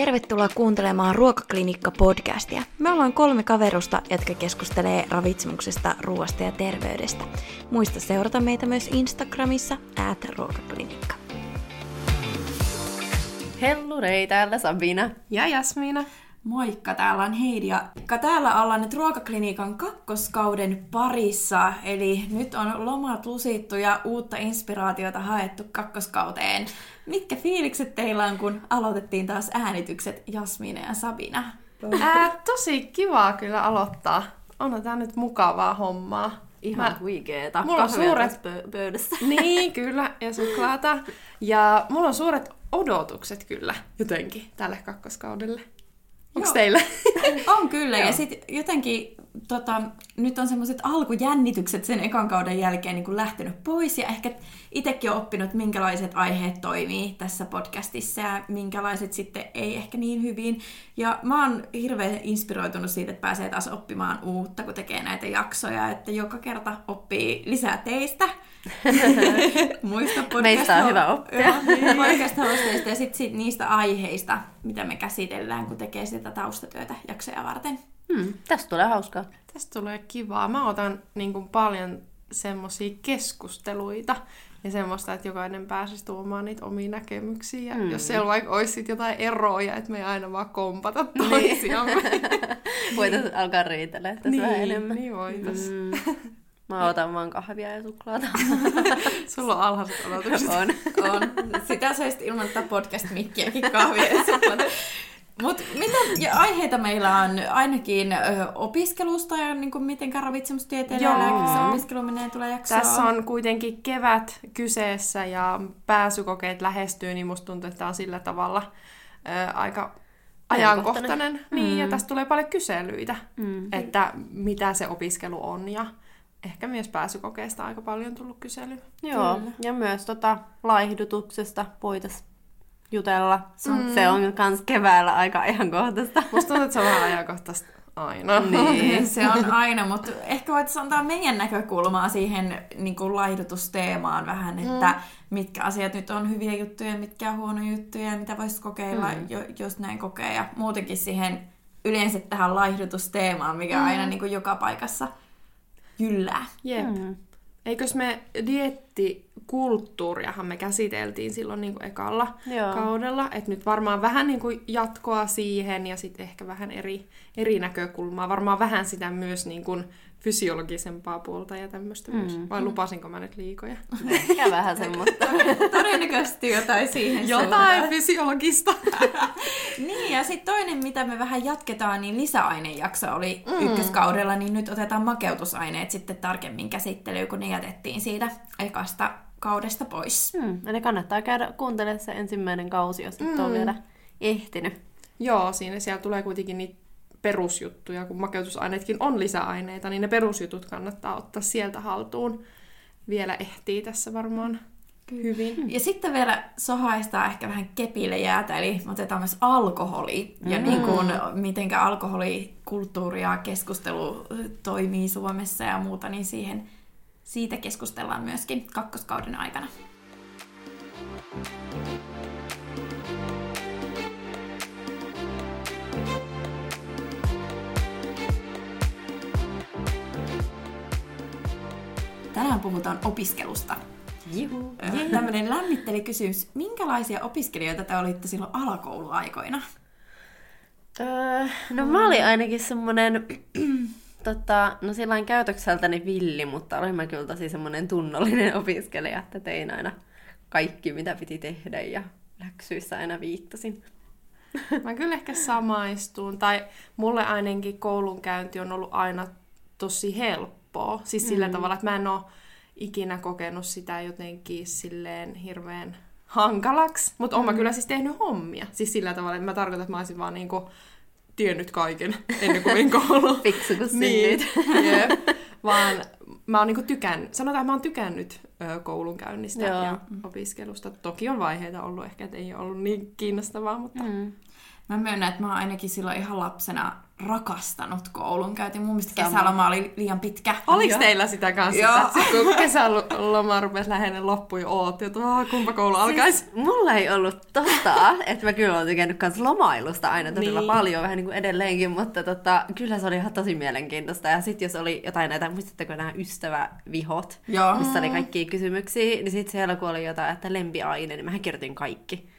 Tervetuloa kuuntelemaan Ruokaklinikka-podcastia. Me ollaan 3 kaverusta, jotka keskustelee ravitsemuksesta, ruoasta ja terveydestä. Muista seurata meitä myös Instagramissa @ruokaklinikka. Hellurei, täällä Sabina. Ja Jasmiina. Moikka, täällä on Heidi ja täällä ollaan nyt Ruokaklinikan kakkoskauden parissa. Eli nyt on lomat lusittu ja uutta inspiraatiota haettu kakkoskauteen. Mitkä fiilikset teillä on, kun aloitettiin taas äänitykset, Jasmiina ja Sabina? Tosi kivaa kyllä aloittaa. Onhan tää nyt mukavaa hommaa. Ihan huikeeta. Mulla on suuret pöydässä. Niin, kyllä. Ja suklaata. Ja mulla on suuret odotukset kyllä jotenkin tälle kakkoskaudelle. Onko teillä? On kyllä. Ja sitten jotenkin nyt on semmoiset alkujännitykset sen ekan kauden jälkeen niin kuin lähtenyt pois. Ja ehkä itsekin olen oppinut, minkälaiset aiheet toimii tässä podcastissa ja minkälaiset sitten ei ehkä niin hyvin. Ja mä oon hirveän inspiroitunut siitä, että pääsee taas oppimaan uutta, kun tekee näitä jaksoja. Että joka kerta oppii lisää teistä. Muista meistä on hyvä oppia. Podcast-hosteista ja sitten niistä aiheista, mitä me käsitellään, kun tekee sitä taustatyötä jaksoja varten. Tästä tulee hauskaa. Tästä tulee kivaa. Mä otan niin kuin paljon semmosia keskusteluita ja semmoista, että jokainen pääsisi tuomaan niitä omia näkemyksiä. Ja jos siellä vaikka olisi sit jotain eroja, että me ei aina vaan kompata toisiamme. Voitaisiin alkaa riitelemään tässä vähän enemmän. Niin voitaisiin. Mä otan vaan kahvia ja suklaata. Sulla on alhaiset odotukset. On. Sitä söisit ilman tätä podcast-mikkiäkin kahvia ja suklaata. Mutta mitä aiheita meillä on? Ainakin opiskelusta ja niin miten ravitsemustieteen ja lääkissä opiskelu menee, tulee jaksoa. Tässä on kuitenkin kevät kyseessä ja pääsykokeet lähestyy, niin musta tuntuu, että tämä on sillä tavalla aika ajankohtainen. Niin, ja tästä tulee paljon kyselyitä, että mitä se opiskelu on ja ehkä myös pääsykokeesta aika paljon tullut kyselyä. Joo, kyllä. Ja myös laihdutuksesta voitaisiin jutella. Se on kans keväällä aika ajankohtaista. Musta tuntuu, että se on vähän ajankohtaista aina. Niin, se on aina, mutta ehkä voitaisiin antaa meidän näkökulmaa siihen niin kuin laihdutusteemaan vähän, että mitkä asiat nyt on hyviä juttuja, mitkä on huonoja juttuja, mitä voisi kokeilla, jos näin kokee. Ja muutenkin siihen yleensä tähän laihdutusteemaan, mikä aina niin kuin joka paikassa jyllää. Jep. Eikös me dieettikulttuuriahan me käsiteltiin silloin niin kuin ekalla kaudella, että nyt varmaan vähän niin kuin jatkoa siihen ja sitten ehkä vähän eri näkökulmaa, varmaan vähän sitä myös niin kuin fysiologisempaa puolta ja tämmöistä myös. Vai lupasinko mä nyt liikoja? Ja vähän semmoista. Todennäköisesti jotain siihen jotain fysiologista. Niin, ja sitten toinen, mitä me vähän jatketaan, niin lisäainejakso oli ykköskaudella, niin nyt otetaan makeutusaineet sitten tarkemmin käsittelyyn, kun ne jätettiin siitä ekasta kaudesta pois. Eli kannattaa käydä kuuntelemaan se ensimmäinen kausi, jos et ole vielä ehtinyt. Joo, siellä tulee kuitenkin niitä perusjuttuja, kun makeutusaineetkin on lisäaineita, niin ne perusjutut kannattaa ottaa sieltä haltuun. Vielä ehtii tässä varmaan hyvin. Ja sitten vielä sohaistaa ehkä vähän kepille jäätä, eli otetaan myös alkoholi. Ja niin kuin, mitenkä alkoholikulttuuri ja keskustelu toimii Suomessa ja muuta, niin siitä keskustellaan myöskin kakkoskauden aikana. Tänään puhutaan opiskelusta. Tämmöinen lämmittelykysymys. Minkälaisia opiskelijoita te olitte silloin alakouluaikoina? No mä olin ainakin semmonen, no sillain käytökseltäni villi, mutta olin mä kyllä tosi semmonen tunnollinen opiskelija, että tein aina kaikki, mitä piti tehdä ja läksyissä aina viittasin. Mä kyllä ehkä samaistun, tai mulle ainakin koulunkäynti on ollut aina tosi helppoa. Siis sillä tavalla, että mä en ole ikinä kokenut sitä jotenkin silleen hirveän hankalaksi. Mutta oon mä kyllä siis tehnyt hommia. Siis sillä tavalla, että mä tarkoitan, että mä olisin vaan niinku tiennyt kaiken ennen kuin menin kouluun. Fiksu kun synnyit. Jep. Vaan mä oon niinku sanotaan, että mä oon tykännyt koulunkäynnistä ja opiskelusta. Toki on vaiheita ollut ehkä, että ei ole ollut niin kiinnostavaa, mutta... Mä myönnän, että mä oon ainakin silloin ihan lapsena rakastanut koulunkäyntiä. Mun mielestä kesäloma oli liian pitkä. Oliko teillä sitä kanssa? Kun kesäloma rupesi läheinen loppuun ja ootti, että kumpa koulu alkaisi? Siis, mulla ei ollut että mä kyllä olen tykännyt kans lomailusta aina todella paljon, vähän niin kuin edelleenkin, mutta kyllä se oli ihan tosi mielenkiintoista. Ja sit jos oli jotain näitä, muistatteko nämä ystävävihot, missä oli kaikkia kysymyksiä, niin sit siellä kun oli jotain, että lempiaine, niin mähän kirjoitin kaikki.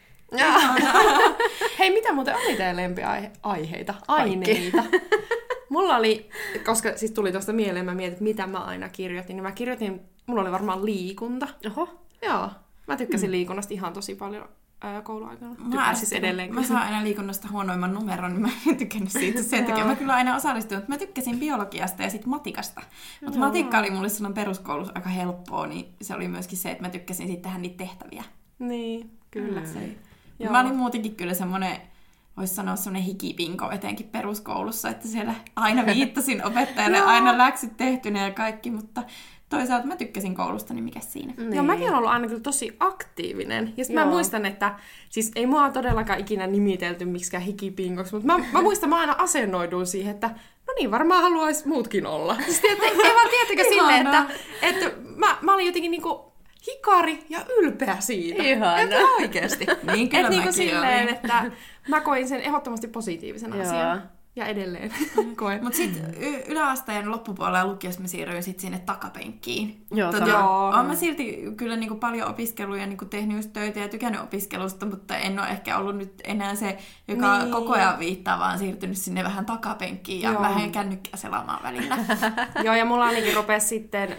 Hei, mitä muuten oli teidän lempiaiheita? Aineita. Mulla oli, koska siis tuli tuosta mieleen, mä mietin, mitä mä aina kirjoitin, niin mä kirjoitin, mulla oli varmaan liikunta. Oho. Joo, mä tykkäsin liikunnasta ihan tosi paljon kouluaikana. Tykkäsin edelleen. Mä saan aina liikunnasta huonoimman numeron, niin mä en tykännyt siitä. Sen takia mä kyllä aina osallistuin, mutta mä tykkäsin biologiasta ja sitten matikasta. Mutta matikka oli mulle silloin peruskoulussa aika helppoa, niin se oli myöskin se, että mä tykkäsin sitten tehdä niitä tehtäviä. Niin, kyllä. Mä olin muutenkin kyllä semmoinen, voisi sanoa semmoinen hikipinko etenkin peruskoulussa, että siellä aina viittasin opettajalle, aina läksyt tehtynä ja kaikki, mutta toisaalta mä tykkäsin koulusta, niin mikä siinä? Niin. Joo, mäkin olen ollut aina kyllä tosi aktiivinen. Ja sitten mä muistan, että siis ei mua todellakaan ikinä nimitelty miksikään hikipinkoksi, mutta mä muistan, mä aina asennoiduin siihen, että no niin, varmaan haluaisi muutkin olla. Siis, ei vaan tietenkö silleen, että mä olin jotenkin niinku hikari ja ylpeä siitä. Ihana. Että oikeesti. Niin kyllä niinku mäkin silleen, olin. että mä koin sen ehdottomasti positiivisen asian. Ja edelleen koen. Mutta sitten yläasteen loppupuolella lukiossa mä siirryin sit sinne takapenkkiin. Joo, oon mä silti kyllä niinku paljon opiskelua ja niinku tehnyt just töitä ja tykännyt opiskelusta, mutta en ole ehkä ollut nyt enää se, joka koko ajan viittaa, vaan siirtynyt sinne vähän takapenkkiin ja vähän kännykkää selaamaan välillä. Joo, ja mulla ainakin rupesi sitten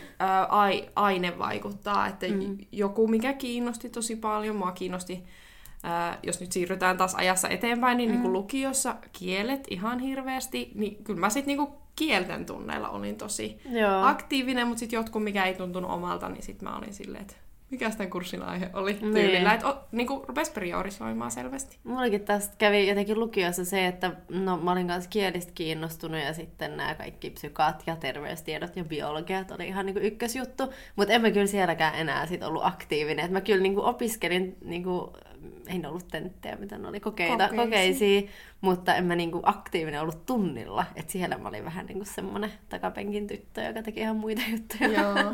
aine vaikuttaa, että joku mikä kiinnosti tosi paljon, mua kiinnosti. Jos nyt siirrytään taas ajassa eteenpäin, niin, niin kuin lukiossa kielet ihan hirveästi, niin kyllä mä sitten niin kielten tunneilla olin tosi aktiivinen, mutta sitten jotkut, mikä ei tuntunut omalta, niin sitten mä olin silleen, että mikä tämän kurssin aihe oli tyylillä, että niin rupesi priorisoimaan selvästi. Mullakin tästä kävi jotenkin lukiossa se, että mä olin kanssa kielistä kiinnostunut ja sitten nämä kaikki psykaat ja terveystiedot ja biologiat oli ihan niinku ykkösjuttu, mutta en mä kyllä sielläkään enää sit ollut aktiivinen. Et mä kyllä niinku opiskelin, niinku, ei ollut tenttejä, mitä ne oli, kokeisia, mutta en mä niinku aktiivinen ollut tunnilla. Et siellä mä olin vähän niinku semmonen takapenkin tyttö, joka teki ihan muita juttuja. Joo.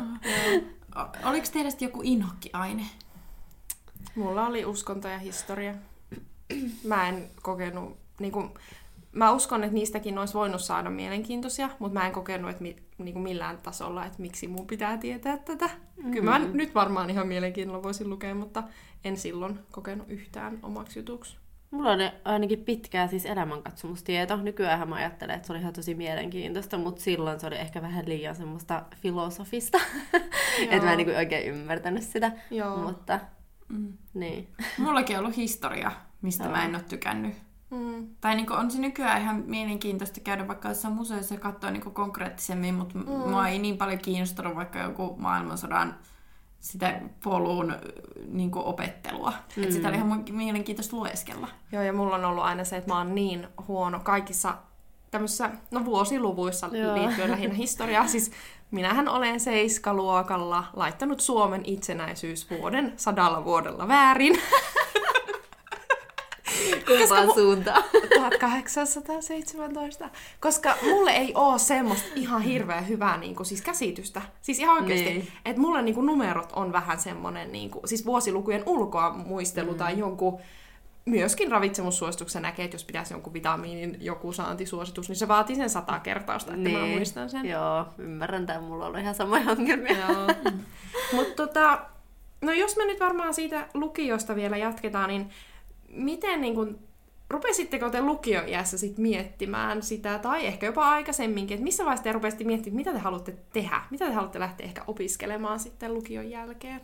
Oliko teillä joku inhokkiaine? Mulla oli uskonto ja historia. Mä en kokenut, niinku, mä uskon, että niistäkin olisi voinut saada mielenkiintoisia, mutta mä en kokenut että niinku millään tasolla, että miksi mun pitää tietää tätä. Kyllä mä nyt varmaan ihan mielenkiinnolla voisin lukea, mutta en silloin kokenut yhtään omaksi jutuksi. Mulla oli ainakin pitkään siis elämänkatsomustieto. Nykyäänhän mä ajattelen, että se oli ihan tosi mielenkiintoista, mutta silloin se oli ehkä vähän liian semmoista filosofista. Että mä en niin oikein ymmärtänyt sitä. Joo. Mutta niin. Mullakin on ollut historia, mistä mä en ole tykännyt. Tai niin on se nykyään ihan mielenkiintoista käydä vaikka jossain museoissa ja katsoa niin konkreettisemmin, mutta mua ei niin paljon kiinnostunut vaikka joku maailmansodan sitä polun niin opettelua. Että sitä oli ihan mielenkiintoista lueskella. Joo, ja mulla on ollut aina se, että mä oon niin huono kaikissa tämmöisissä vuosiluvuissa liittyen lähinnä historiaa. Siis minähän olen 7-luokalla laittanut Suomen itsenäisyysvuoden 100 vuodella väärin. Kumpaan suuntaan? 1817. Koska mulle ei oo semmoista ihan hirveän hyvää niinku, siis käsitystä. Siis ihan oikeesti. Niin. Että mulle niinku, numerot on vähän semmonen niinku, siis vuosilukujen ulkoa muistelu tai jonkun myöskin ravitsemussuosituksen näkee, että jos pitäisi jonkun vitamiinin joku saantisuositus, niin se vaatii sen 100 kertausta, että mä muistan sen. Joo, ymmärrän tämän. Mulla on ihan samoja ongelmia. Mutta no jos me nyt varmaan siitä lukiosta vielä jatketaan, niin miten niin kun, rupesitteko te lukioiässä sit miettimään sitä, tai ehkä jopa aikaisemminkin, että missä vaiheessa te rupesitte miettimään, mitä te haluatte tehdä? Mitä te haluatte lähteä ehkä opiskelemaan sitten lukion jälkeen?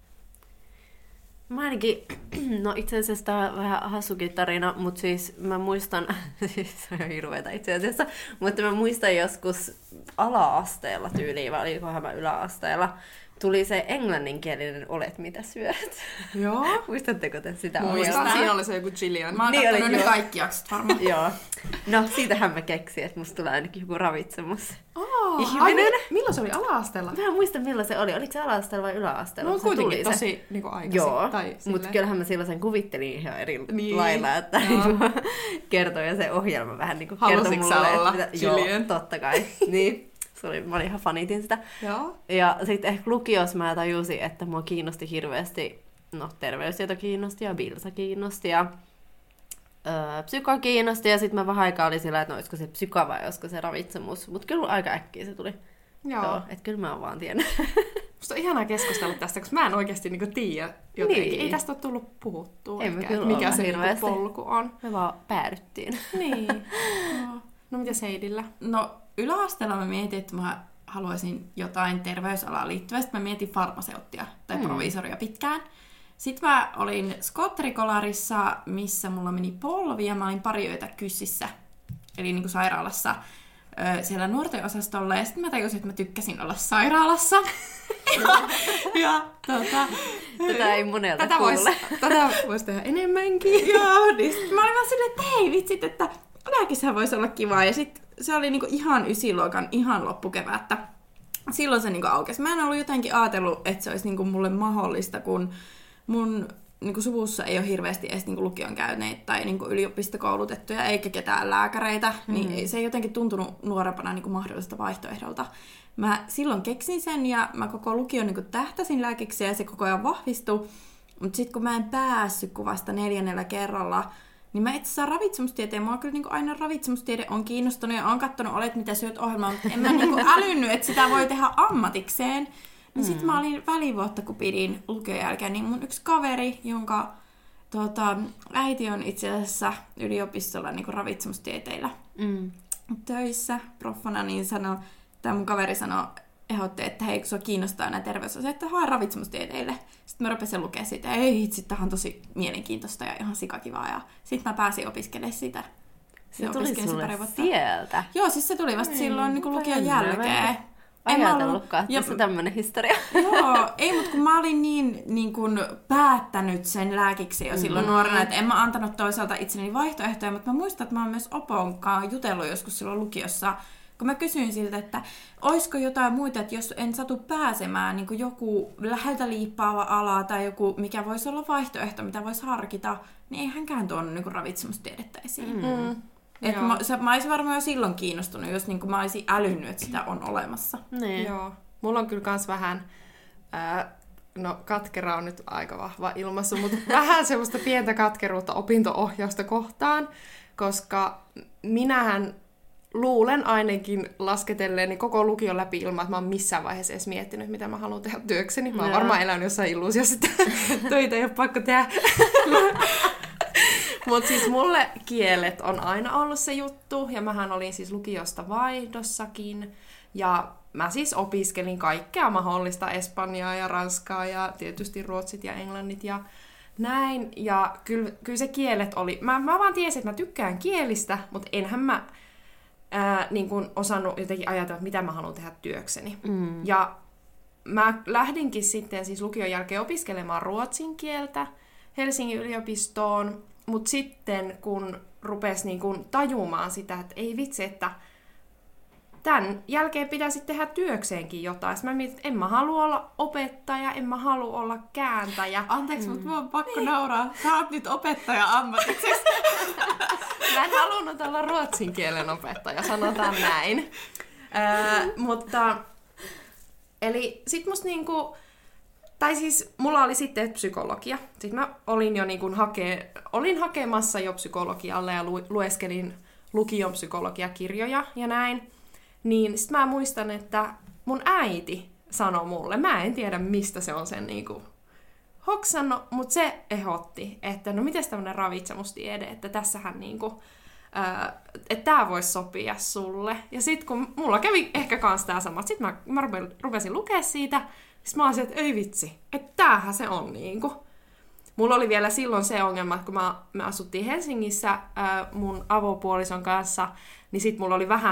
Mä ainakin, no itse asiassa tää on vähän hassukin tarina, mutta siis mä muistan, siis se on hirveetä itse asiassa, mutta mä muistan joskus ala-asteella tyyliin, vai olikohan mä yläasteella, tuli se englanninkielinen Olet mitä syöt. Joo. Muistatteko te sitä? Muistan. Siinä oli se joku Gillian. Mä oon kattonut ne kaikki jaksot varmaan. Joo. No, siitähän mä keksin, että musta tulee ainakin joku ravitsemus. ihminen. Milloin se oli ala-asteella? Mä en muista milloin se oli. Oliko se ala-asteella vai yläasteella? No se kuitenkin tosi niinku aikaisin. Joo, tai mutta kyllähän mä silloin sen kuvittelin ihan eri lailla, että kertoi ja se ohjelma vähän niinku kertoi mulle. olla Joo, totta kai. Niin. Mä ihan fanitin sitä. Joo. Ja sitten ehkä lukiossa mä tajusin, että mua kiinnosti hirveästi, terveystieto kiinnosti ja Bilsa kiinnosti ja psyko kiinnosti. Ja sitten mä vähän aikaa olin sillä, että olisiko se psyko vai olisiko se ravitsemus. Mutta kyllä aika äkkiä se tuli. Joo. Että kyllä mä oon vaan tiennyt. Musta on ihanaa keskustella tästä, koska mä en oikeasti niinku tiedä jotenkin. Niin. Ei tästä ole tullut puhuttua. Mikä se niinku polku on. Me vaan päädyttiin. Niin. No mitäs Heidillä? No yläasteella mä mietin, että mä haluaisin jotain terveysalaan liittyvää. Sitten mä mietin farmaseuttia tai proviisoria pitkään. Sitten mä olin skotterikolarissa, missä mulla meni polvi ja mä olin pari yötä Kyssissä, eli niin kuin sairaalassa siellä nuorten osastolla. Ja sitten mä tajusin, että mä tykkäsin olla sairaalassa. Tätä ei monelta kuule. Tätä voisi tehdä enemmänkin. Joo, niin sitten mä olin vaan silleen, että hei vitsit, että lääkissä voisi olla kivaa. Ja sitten se oli niinku ihan ysiluokan, ihan loppukevättä. Silloin se niinku aukesi. Mä en ollut jotenkin ajatellut, että se olisi niinku mulle mahdollista, kun mun niinku suvussa ei ole hirveästi edes niinku lukion käyneitä tai niinku yliopistokoulutettuja eikä ketään lääkäreitä. Niin se ei jotenkin tuntunut nuorempana niinku mahdolliselta vaihtoehdolta. Mä silloin keksin sen ja mä koko lukion niinku tähtäsin lääkiksi ja se koko ajan vahvistui. Mutta sitten kun mä en päässyt kuvasta 4. kerralla, niin mä itse asiassa ravitsemustieteen, mua kyllä niinku aina ravitsemustiede on kiinnostunut ja on katsonut Olet mitä syöt -ohjelmaa, mutta en mä niinku älynnyt, että sitä voi tehdä ammatikseen. Niin sit mä olin välivuotta, kun pidin lukion jälkeen, niin mun yksi kaveri, jonka äiti on itse asiassa yliopistolla niinku ravitsemustieteillä töissä proffana, niin mun kaveri ehdotti, että hei, kun sua kiinnostaa nämä terveysasiat, että hae ravitsemustieteille. Sitten mä rupesin lukemaan sitä, ei hitsi, tämähän on tosi mielenkiintoista ja ihan sikakivaa. Ja sitten mä pääsin opiskelemaan sitä. Se tuli sulle sieltä? Joo, siis se tuli vasta silloin niin lukion jälkeen. Ajatellutkaan, että tässä tämmöinen historia. Joo, ei, mutta kun mä olin niin kuin päättänyt sen lääkiksi jo silloin nuorena, että en mä antanut toisaalta itselleni vaihtoehtoja, mutta mä muistan, että mä oon myös Oponkaan jutellut joskus silloin lukiossa, kun mä kysyin siltä, että olisiko jotain muita, että jos en satu pääsemään, niin kuin joku läheltä liippaava ala tai joku, mikä voisi olla vaihtoehto, mitä voisi harkita, niin ei hänkään tuonut niin kuin ravitsemustiedettä esiin. Että mä olisin varmaan jo silloin kiinnostunut, jos niin kuin mä olisin älynnyt, että sitä on olemassa. Niin. Joo. Mulla on kyllä kans vähän, katkera on nyt aika vahva ilmaisu, mutta vähän semmoista pientä katkeruutta opinto-ohjausta kohtaan, koska minähän luulen ainakin lasketelleeni koko lukion läpi ilman, että mä oon missään vaiheessa edes miettinyt, mitä mä haluan tehdä työkseni. Mä oon varmaan elänyt jossain illuusiossa, että töitä ei ole pakko tehdä. Mutta siis mulle kielet on aina ollut se juttu, ja mähän olin siis lukiosta vaihdossakin, ja mä siis opiskelin kaikkea mahdollista, espanjaa ja ranskaa, ja tietysti ruotsit ja englannit ja näin, ja kyllä se kielet oli, mä vaan tiesin, että mä tykkään kielistä, mutta enhän mä niin kun osannut jotenkin ajatella, että mitä mä haluan tehdä työkseni. Ja mä lähdinkin sitten siis lukion jälkeen opiskelemaan ruotsin kieltä Helsingin yliopistoon, mutta sitten kun rupesi niin kun tajumaan sitä, että ei vitsi, että tämän jälkeen pitäisi tehdä työkseenkin jotain. Sitten mä mietin, että en mä halua olla opettaja, en mä halua olla kääntäjä. Anteeksi, mutta mun on pakko nauraa. Sä oot nyt opettaja ammatiksesi. Mä en halunnut olla ruotsin kielen opettaja, sanotaan näin. Mutta, eli sit musta niinku, tai siis mulla oli sitten psykologia. Sitten mä olin jo niinku olin hakemassa jo psykologialle ja lueskelin lukion psykologiakirjoja ja näin. Niin sit mä muistan, että mun äiti sanoi mulle, mä en tiedä mistä se on sen niinku hoksannut, mutta se ehdotti, että no mites tämmönen ravitsemustiede, että tässähän niinku, että tää voisi sopia sulle. Ja sit kun mulla kävi ehkä kans tää sama, sit mä rupesin lukea siitä, sit mä olisin, että ei vitsi, että tämähän se on niinku. Mulla oli vielä silloin se ongelma, että kun me asuttiin Helsingissä mun avopuolison kanssa, niin sit mulla oli vähän se, että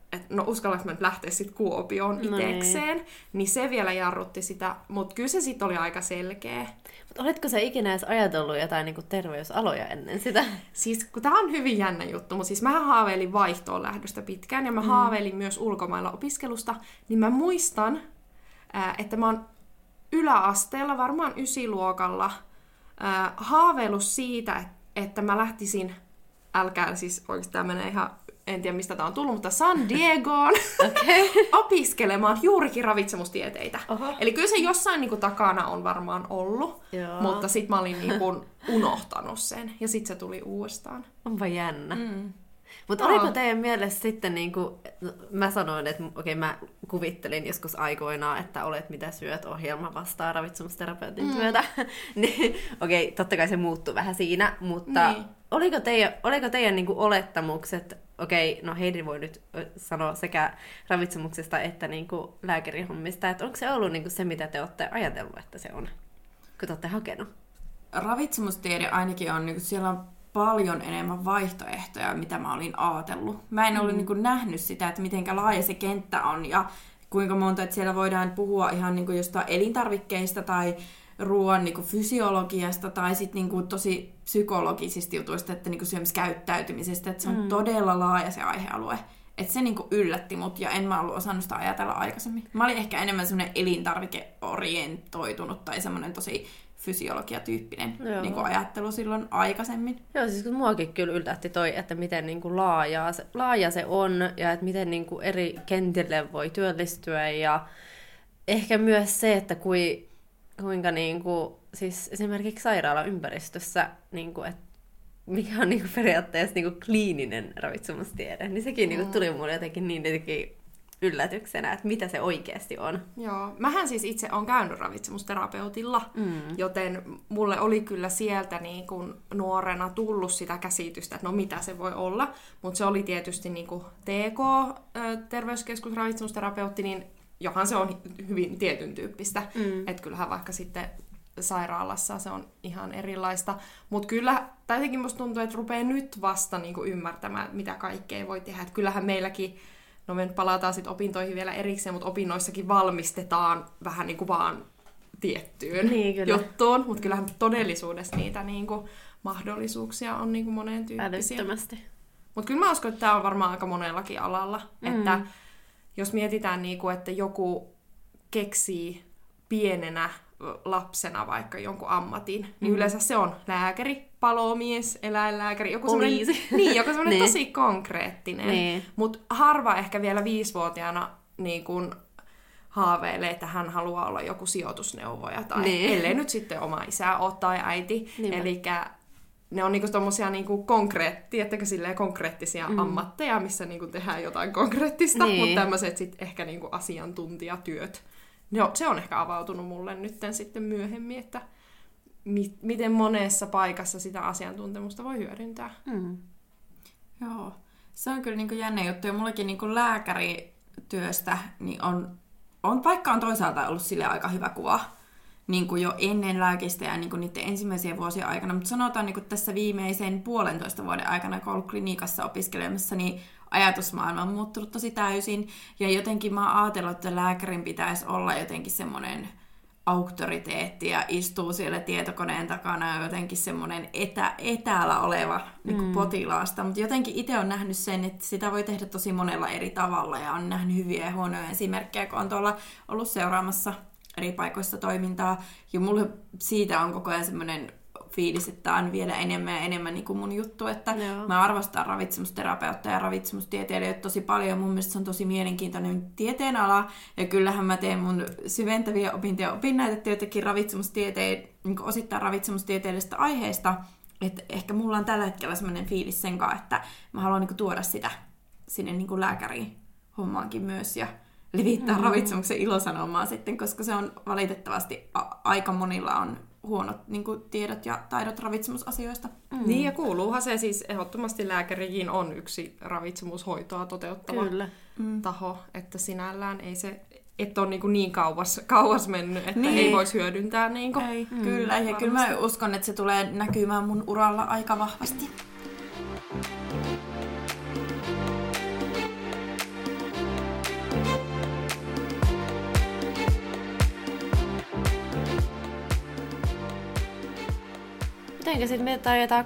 että no uskallanko mä nyt lähteä sitten Kuopioon itekseen, niin se vielä jarrutti sitä, mutta kyllä se sitten oli aika selkeä. Mutta oletko sä ikinä edes ajatellut jotain niinku terveysaloja ennen sitä? Siis kun tää on hyvin jännä juttu, mutta siis mähän haaveilin vaihtoon lähdöstä pitkään ja mä haaveilin myös ulkomailla opiskelusta, niin mä muistan, että mä oon yläasteella, varmaan 9-luokalla, haaveillut siitä, että mä lähtisin, älkää siis oikeastaan tää menee ihan, en tiedä mistä tää on tullut, mutta San Diegoon opiskelemaan juurikin ravitsemustieteitä. Oho. Eli kyllä se jossain niinku takana on varmaan ollut, Joo. mutta sit mä olin niinku unohtanut sen ja sit se tuli uudestaan. Onpa jännä. Mutta oliko teidän mielestä sitten, niinku, mä sanoin, että mä kuvittelin joskus aikoinaan, että olet mitä syöt -ohjelma vastaa ravitsemusterapeutin työtä. Niin, totta kai se muuttui vähän siinä, mutta niin. oliko teidän niinku olettamukset, no Heidi voi nyt sanoa sekä ravitsemuksesta että niinku lääkärihommista, että onko se ollut niinku se, mitä te olette ajatellut, että se on, kun te olette hakenut? Ravitsemustiede ainakin on, niin siellä on paljon enemmän vaihtoehtoja, mitä mä olin ajatellut. Mä en ollut niin kuin nähnyt sitä, että miten laaja se kenttä on ja kuinka monta, että siellä voidaan puhua ihan niin kuin jostain elintarvikkeista tai ruoan niin kuin fysiologiasta tai sitten niin kuin tosi psykologisista jutuista, että niin kuin syömiskäyttäytymisestä, että se on todella laaja se aihealue. Että se niin kuin yllätti mut ja en mä ollut osannut sitä ajatella aikaisemmin. Mä olin ehkä enemmän semmoinen elintarvikeorientoitunut tai semmoinen tosi fysiologiatyyppinen niin kuin ajattelu silloin aikaisemmin. Joo, siis kun muakin kyllä yllätti toi, että miten niin kuin laaja se on ja että miten niin kuin eri kentille voi työllistyä ja ehkä myös se, että kuinka niin kuin, siis esimerkiksi sairaalaympäristössä, niin kuin, että mikä on niin kuin periaatteessa niin kuin kliininen ravitsemustiede, niin sekin niin kuin tuli mulle jotenkin niin yllätyksenä, että mitä se oikeasti on. Joo, mähän siis itse olen käynyt ravitsemusterapeutilla, joten mulle oli kyllä sieltä niin kuin nuorena tullut sitä käsitystä, että no mitä se voi olla, mutta se oli tietysti niin kuin TK, terveyskeskusravitsemusterapeutti, niin johan se on hyvin tietyn tyyppistä, että kyllähän vaikka sitten sairaalassa se on ihan erilaista, mutta kyllä, tai jotenkin musta tuntuu, että rupeaa nyt vasta niin kuin ymmärtämään, mitä kaikkea voi tehdä, että kyllähän meilläkin, no me nyt palataan sitten opintoihin vielä erikseen, mutta opinnoissakin valmistetaan vähän niin kuin vaan tiettyyn juttuun, mutta kyllähän todellisuudessa niitä niin kuin mahdollisuuksia on niin kuin moneen tyyppisiä. Älyttömästi. Mutta kyllä mä uskon, että tämä on varmaan aika monellakin alalla, että jos mietitään, niin kuin, että joku keksii pienenä lapsena vaikka jonkun ammatin, niin yleensä se on lääkäri, palomies, eläinlääkäri, joku semmoinen tosi konkreettinen. Mutta harva ehkä vielä 5-vuotiaana niin kun haaveilee, että hän haluaa olla joku sijoitusneuvoja, tai ellei nyt sitten oma isä ole tai äiti. Elikkä ne on niinku tommosia niinku konkreettisia ammatteja, missä niinku tehdään jotain konkreettista, mutta tämmöiset sitten ehkä niinku asiantuntijatyöt. No, se on ehkä avautunut mulle nytten sitten myöhemmin, että miten monessa paikassa sitä asiantuntemusta voi hyödyntää. Joo, se on kyllä niin kuin jännä juttu. Ja mullakin niin kuin lääkärityöstä niin vaikka on toisaalta ollut sille aika hyvä kuva niin kuin jo ennen lääkistä ja niin kuin niiden ensimmäisiä vuosien aikana. Mutta sanotaan niin kuin tässä viimeisen 1,5 vuoden aikana, kun olen ollut klinikassa opiskelemassa, niin ajatusmaailma on muuttunut tosi täysin. Ja jotenkin mä oon ajatellut, että lääkärin pitäisi olla jotenkin semmoinen auktoriteetti ja istuu siellä tietokoneen takana ja jotenkin semmoinen etäällä oleva niin kuin potilaasta. Mutta jotenkin itse on nähnyt sen, että sitä voi tehdä tosi monella eri tavalla ja on nähnyt hyviä ja huonoja esimerkkejä, kun on tuolla ollut seuraamassa eri paikoissa toimintaa. Ja mulle siitä on koko ajan semmoinen fiilis, että on vielä enemmän ja enemmän niin kuin mun juttu, että mä arvostan ravitsemusterapeutteja ja ravitsemustieteilijöitä tosi paljon. Mun mielestä se on tosi mielenkiintoinen tieteenala, ja kyllähän mä teen mun syventäviä opintoja opinnäytetyötäkin niin osittain ravitsemustieteellisestä aiheesta, että ehkä mulla on tällä hetkellä semmoinen fiilis sen kanssa, että mä haluan niin kuin tuoda sitä sinne niin kuin lääkäriin hommaankin myös, ja levittää ravitsemuksen ilosanomaa sitten, koska se on valitettavasti aika monilla on huonot niin kuin, tiedot ja taidot ravitsemusasioista. Niin, ja kuuluuhan se siis ehdottomasti lääkärikin on yksi ravitsemushoitoa toteuttava taho, että sinällään ei se, että on niin kauas mennyt, että ei voisi hyödyntää. Niin kuin, ei, kyllä, ja kyllä mä uskon, että se tulee näkymään mun uralla aika vahvasti. Mitenkä sitten me taidetaan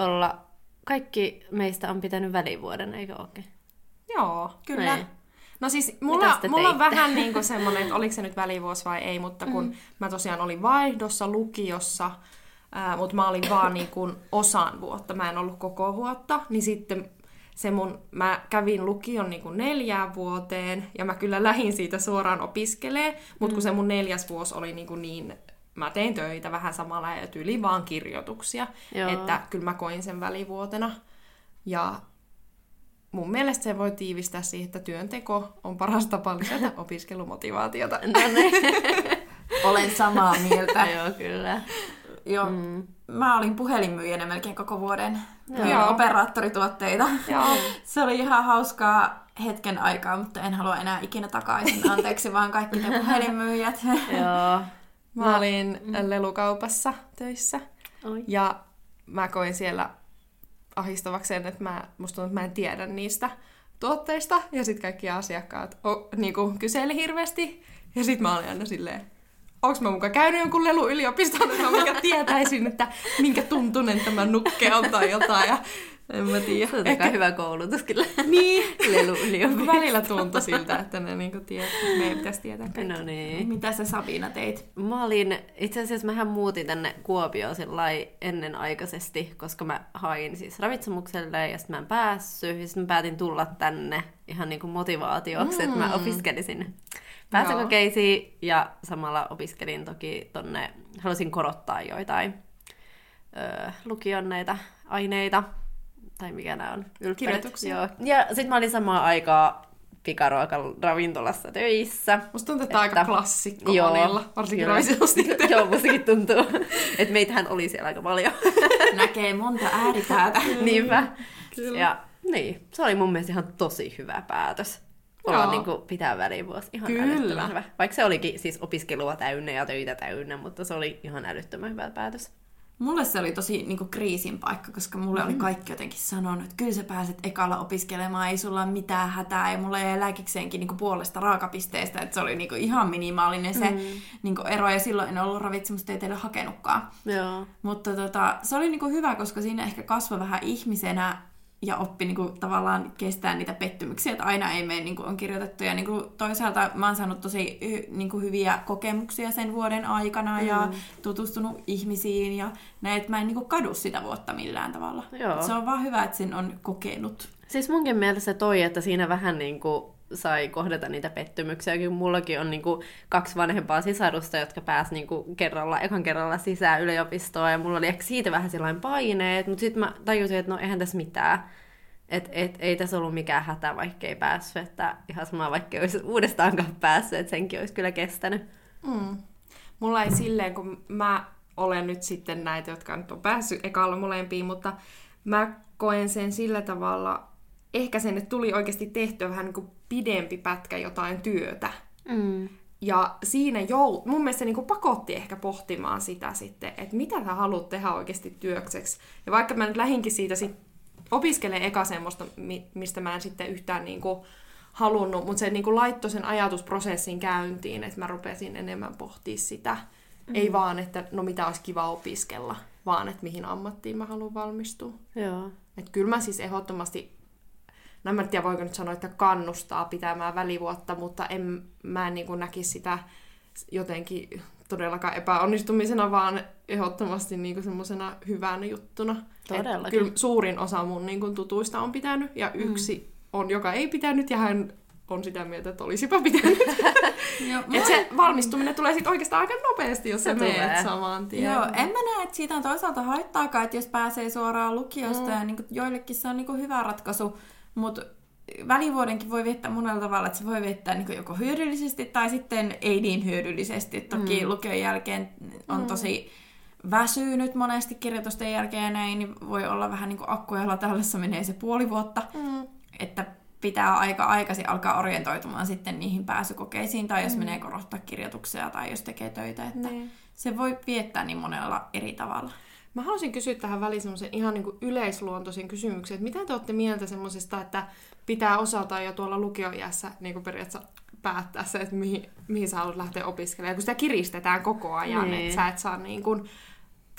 kaikki meistä on pitänyt välivuoden, eikö ookin? Joo, kyllä. Niin. No siis Mitäs te mulla on teitte? vähän niin kuin semmoinen, että oliko se nyt välivuosi vai ei, mutta kun mä tosiaan olin vaihdossa lukiossa, mutta mä olin vaan niin kuin osan vuotta, mä en ollut koko vuotta, niin sitten mä kävin lukion niin kuin 4 vuoteen, ja mä kyllä lähdin siitä suoraan opiskelemaan, mutta kun se mun 4. vuosi oli niin mä tein töitä vähän samalla ja tyyliin vaan kirjoituksia, Joo. että kyllä mä koin sen välivuotena. Ja mun mielestä se voi tiivistää siihen, että työnteko on paras tapa lisätä opiskelumotivaatiota. No niin. Olen samaa mieltä. Joo, kyllä. Joo. Mä olin puhelinmyyjänä melkein koko vuoden. Myin Joo. operaattorituotteita. Joo. Se oli ihan hauskaa hetken aikaa, mutta en halua enää ikinä takaisin. Anteeksi vaan kaikki te puhelinmyyjät. Joo. Mä olin lelukaupassa töissä. Oi. Ja mä koin siellä ahistavakseen, että musta tuntuu, että mä en tiedä niistä tuotteista. Ja sitten kaikki asiakkaat niinku kyseli hirveästi. Ja sitten mä olin aina silleen, onks mä mukaan käynyt jonkun leluyliopiston, että mä mikä tietäisin, että minkä tuntunen tämä nukke on tai jotain. Ja en mä tiedä. Se on aika hyvä koulutus kyllä. Niin. Leluyliopisto. Välillä tuntui siltä, että ne niinku meidän pitäisi tietää kaikki. No niin. Mitä sä Sabina teit? Mä olin, itse asiassa mähän muutin tänne Kuopioon sillai ennenaikaisesti, koska mä hain siis ravitsemukselle ja sitten mä en päässyt. Ja sitten mä päätin tulla tänne ihan niinku motivaatioksi, että mä opiskelisin pääsykokeisiin ja samalla opiskelin toki tonne, halusin korottaa joitain lukion näitä aineita, tai mikä nämä on? Kirjoituksia. Joo. Ja sitten mä olin samaan aikaan pikaruokaravintolassa töissä. Musta tuntuu, että aika klassikko Joo, monilla, varsinkin kyllä. ravitsemustietoja. Joo, mustakin tuntuu. Että meitähän oli siellä aika paljon. Näkee monta ääripäätä. Niinpä. Kyllä. Ja niin, se oli mun mielestä ihan tosi hyvä päätös. Olla Joo. niinku pitää välivuosi. Ihan Kyllä. älyttömän hyvä. Vaikka se olikin siis opiskelua täynnä ja töitä täynnä, mutta se oli ihan älyttömän hyvä päätös. Mulle se oli tosi niinku kriisin paikka, koska mulle oli kaikki jotenkin sanonut, että kyllä sä pääset ekalla opiskelemaan, ei sulla ole mitään hätää, ja mulla jäi lääkikseenkin niinku puolesta raakapisteestä, että se oli niinku ihan minimaalinen se niinku ero, ja silloin en ollut ravitsemustieteelle hakenutkaan. Joo. Mutta se oli niinku hyvä, koska siinä ehkä kasvoi vähän ihmisenä, ja oppi niinku tavallaan kestää niitä pettymyksiä, että aina ei mene, niin kuin on kirjoitettu. Ja niinku toisaalta mä oon saanut tosi niinku hyviä kokemuksia sen vuoden aikana ja tutustunut ihmisiin ja näin, että mä en niinku kadu sitä vuotta millään tavalla. Joo. Se on vaan hyvä, että sen on kokenut. Siis munkin mielestä toi, että siinä vähän niinku sai kohdata niitä pettymyksiä. Kyllä mullakin on niinku 2 vanhempaa sisarusta, jotka pääsi niinku ekan kerralla sisään yliopistoon, ja mulla oli ehkä siitä vähän sellainen paineet, mutta sitten mä tajusin, että no eihän tässä mitään. Ei tässä ollut mikään hätä, vaikka ei päässyt, että ihan sama, vaikka ei olisi uudestaankaan päässyt, että senkin olisi kyllä kestänyt. Mulla ei silleen, kun mä olen nyt sitten näitä, jotka nyt on päässyt ekalla molempiin, mutta mä koen sen sillä tavalla, ehkä sen, että tuli oikeasti tehtyä vähän niin kuin pidempi pätkä jotain työtä. Ja siinä mun mielestä se niin kuin pakotti ehkä pohtimaan sitä sitten, että mitä sä haluat tehdä oikeasti työkseksi. Ja vaikka mä nyt lähinkin siitä opiskelemaan eka semmoista, mistä mä en sitten yhtään niin kuin halunnut, mutta se niin kuin laittoi sen ajatusprosessin käyntiin, että mä rupesin enemmän pohtimaan sitä. Ei vaan, että no mitä olisi kiva opiskella, vaan että mihin ammattiin mä haluan valmistua. Joo. Että kyllä mä siis ehdottomasti, no mä en tiedä voiko nyt sanoa, että kannustaa pitämään välivuotta, mutta mä en niin kuin näkisi sitä jotenkin todellakaan epäonnistumisena, vaan ehdottomasti niin kuin semmoisena hyvänä juttuna. Todellakin. Kyllä suurin osa mun niin kuin tutuista on pitänyt, ja yksi on, joka ei pitänyt, ja hän on sitä mieltä, että olisipa pitänyt. Että se valmistuminen tulee sitten oikeastaan aika nopeasti, jos sä meet saman tien. Joo, en mä näe, että siitä on toisaalta haittaakaan, että jos pääsee suoraan lukiosta, ja niin joillekin se on niin hyvä ratkaisu, mutta välivuodenkin voi viettää monella tavalla, että se voi viettää niin joko hyödyllisesti tai sitten ei niin hyödyllisesti. Toki lukion jälkeen on tosi väsynyt monesti kirjoitusten jälkeen ja näin, niin voi olla vähän niin kuin akkuja latallessa menee se puoli vuotta, että pitää aika aikaisin alkaa orientoitumaan sitten niihin pääsykokeisiin, tai jos menee korottaa kirjoituksia, tai jos tekee töitä, että se voi viettää niin monella eri tavalla. Mä haluaisin kysyä tähän väliin semmoisen ihan niin kuin yleisluontoisen kysymyksen, että mitä te olette mieltä semmoisesta, että pitää osata jo tuolla lukioiässä niin kuin periaatteessa päättää se, että mihin sä haluat lähteä opiskelemaan, kun sitä kiristetään koko ajan, että sä et saa niin kuin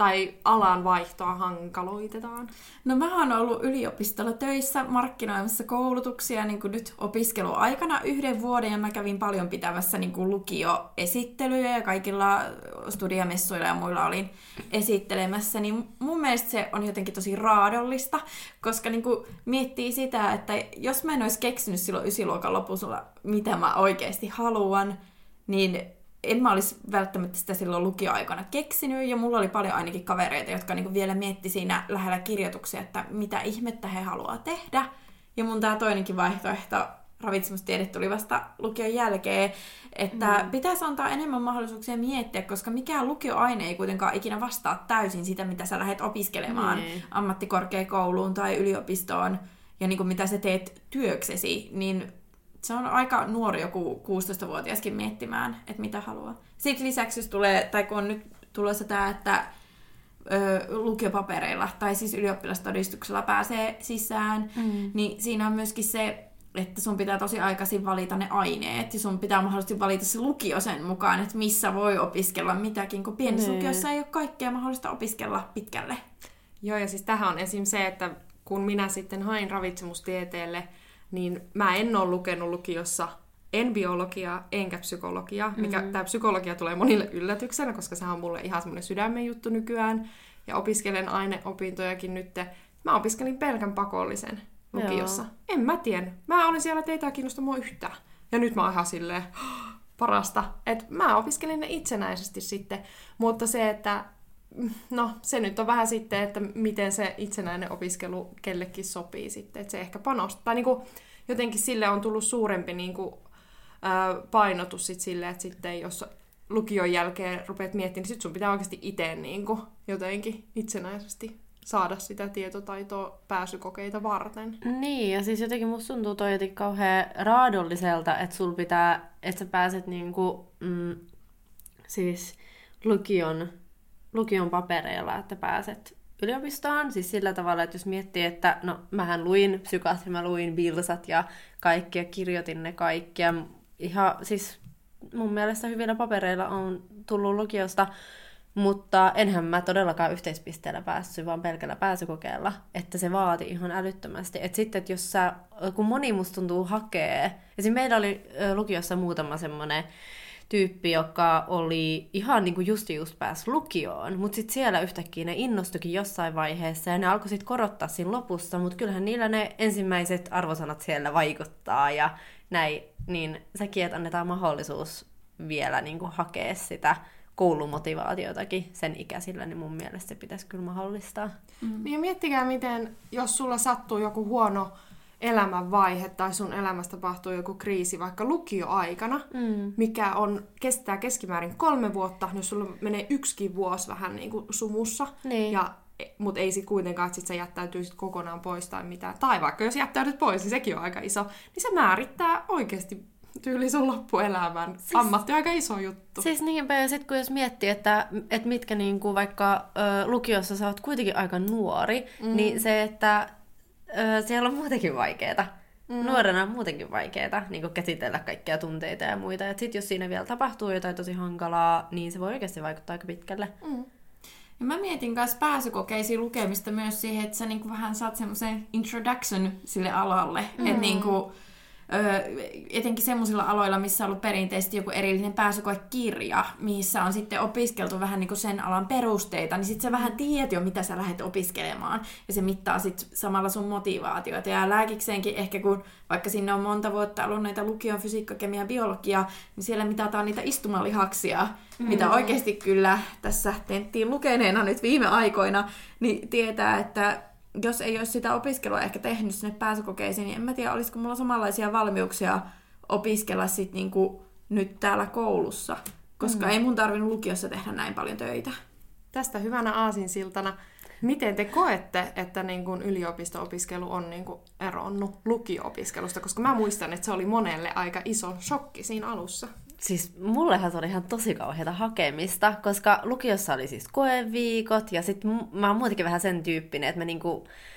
tai alan vaihtoa hankaloitetaan? No mä oon ollut yliopistolla töissä markkinoimassa koulutuksia niin kuin nyt opiskeluaikana 1 vuoden ja mä kävin paljon pitämässä niin kuin lukioesittelyjä ja kaikilla studiamessuilla ja muilla olin esittelemässä, niin mun mielestä se on jotenkin tosi raadollista, koska niin kuin miettii sitä, että jos mä en olisi keksinyt silloin 9-luokan lopussa, mitä mä oikeasti haluan, niin en mä olisi välttämättä sitä silloin lukioaikana keksinyt, ja mulla oli paljon ainakin kavereita, jotka niinku vielä mietti siinä lähellä kirjoituksia, että mitä ihmettä he haluaa tehdä. Ja mun tää toinenkin vaihtoehto, ravitsemustiede, tuli vasta lukion jälkeen, että pitäisi antaa enemmän mahdollisuuksia miettiä, koska mikään lukioaine ei kuitenkaan ikinä vastaa täysin sitä, mitä sä lähdet opiskelemaan ammattikorkeakouluun tai yliopistoon, ja niinku mitä sä teet työksesi, niin se on aika nuori joku 16-vuotiaskin miettimään, että mitä haluaa. Sitten lisäksi, jos tulee, tai kun on nyt tulossa tämä, että lukiopapereilla tai siis ylioppilastodistuksella pääsee sisään, niin siinä on myöskin se, että sun pitää tosi aikaisin valita ne aineet, ja sun pitää mahdollisesti valita se lukio sen mukaan, että missä voi opiskella mitäkin, kun pienessä lukiossa ei ole kaikkea mahdollista opiskella pitkälle. Joo, ja siis tähän on esim. Se, että kun minä sitten hain ravitsemustieteelle, niin mä en ole lukenut lukiossa en biologiaa, enkä psykologiaa, mikä tämä psykologia tulee monille yllätyksenä, koska sehän on mulle ihan semmoinen sydämen juttu nykyään, ja opiskelen aineopintojakin nyt. Mä opiskelin pelkän pakollisen lukiossa. Joo. En mä tiedä. Mä olin siellä, että ei tää kiinnosta mua yhtään. Ja nyt mä oon ihan silleen parasta. Että mä opiskelin ne itsenäisesti sitten, mutta se, että no, se nyt on vähän sitten, että miten se itsenäinen opiskelu kellekin sopii sitten, että se ehkä panostaa. Tai niin kuin, jotenkin sille on tullut suurempi niin kuin, painotus sit sille, että sitten jos lukion jälkeen rupeat miettimään, niin sit sun pitää oikeasti itse niin kuin, jotenkin itsenäisesti saada sitä tietotaitoa pääsykokeita varten. Niin, ja siis jotenkin musta tuntuu toi jotenkin kauhean raadolliselta, että sul pitää, että sä pääset niinku, siis lukion papereilla, että pääset yliopistoon. Siis sillä tavalla, että jos miettii, että no mähän luin psykat ja mä luin bilsat ja kaikki ja kirjoitin ne kaikki. Ja ihan siis mun mielestä hyvillä papereilla on tullut lukiosta, mutta enhän mä todellakaan yhteispisteellä päässyt, vaan pelkällä pääsykokeella, että se vaati ihan älyttömästi. Että sitten, että jos kun moni musta tuntuu hakee, esim. Meillä oli lukiossa muutama semmoinen tyyppi, joka oli ihan niin kuin just päässyt lukioon, mutta sitten siellä yhtäkkiä ne innostuikin jossain vaiheessa ja ne alkoi sitten korottaa siinä lopussa, mutta kyllähän niillä ne ensimmäiset arvosanat siellä vaikuttaa ja näin, niin sekin, että annetaan mahdollisuus vielä niin kuin hakea sitä koulumotivaatiotakin sen ikäisillä, niin mun mielestä se pitäisi kyllä mahdollistaa. Ja miettikää, miten, jos sulla sattuu joku huono elämänvaihe tai sun elämästä tapahtuu joku kriisi vaikka lukioaikana, mikä kestää keskimäärin 3 vuotta, jos sulla menee 1 vuosi vähän niin kuin sumussa, niin. Mutta ei sit kuitenkaan, että sit sä jättäytyisit kokonaan pois tai mitään. Tai vaikka jos jättäydyt pois, niin sekin on aika iso. Niin se määrittää oikeasti tyyli sun loppuelämän. Siis, ammatti on aika iso juttu. Siis niinpä, ja sit kun jos miettii, että mitkä niinku vaikka lukiossa sä oot kuitenkin aika nuori, niin se, että siellä on muutenkin vaikeeta. Nuorena on muutenkin vaikeeta niin käsitellä kaikkia tunteita ja muita. Ja sit jos siinä vielä tapahtuu jotain tosi hankalaa, niin se voi oikeasti vaikuttaa aika pitkälle. Ja mä mietin kanssa pääsykokeisiin lukemista myös siihen, että sä niinku vähän saat semmoisen introduction sille alalle. Että niinku, etenkin semmoisilla aloilla, missä on ollut perinteisesti joku erillinen pääsykoekirja, missä on sitten opiskeltu vähän niin kuin sen alan perusteita, niin sitten sä vähän tiedät jo, mitä sä lähdet opiskelemaan, ja se mittaa sitten samalla sun motivaatioita. Ja lääkikseenkin ehkä, kun vaikka sinne on monta vuotta ollut näitä lukion fysiikka, kemia, biologia, niin siellä mitataan niitä istumalihaksia, mitä oikeasti kyllä tässä tenttiin lukeneena nyt viime aikoina, niin tietää, että jos ei olisi sitä opiskelua ehkä tehnyt sinne pääsykokeisiin, niin en mä tiedä, olisiko mulla samanlaisia valmiuksia opiskella sit niinku nyt täällä koulussa, koska ei mun tarvinnut lukiossa tehdä näin paljon töitä. Tästä hyvänä aasinsiltana, miten te koette, että niin kun yliopisto-opiskelu on niin kun eronnut lukio-opiskelusta, koska mä muistan, että se oli monelle aika iso shokki siinä alussa. Siis mullehan se oli ihan tosi kauheata hakemista, koska lukiossa oli siis koeviikot ja sit mä oon muutenkin vähän sen tyyppinen, että mä niinku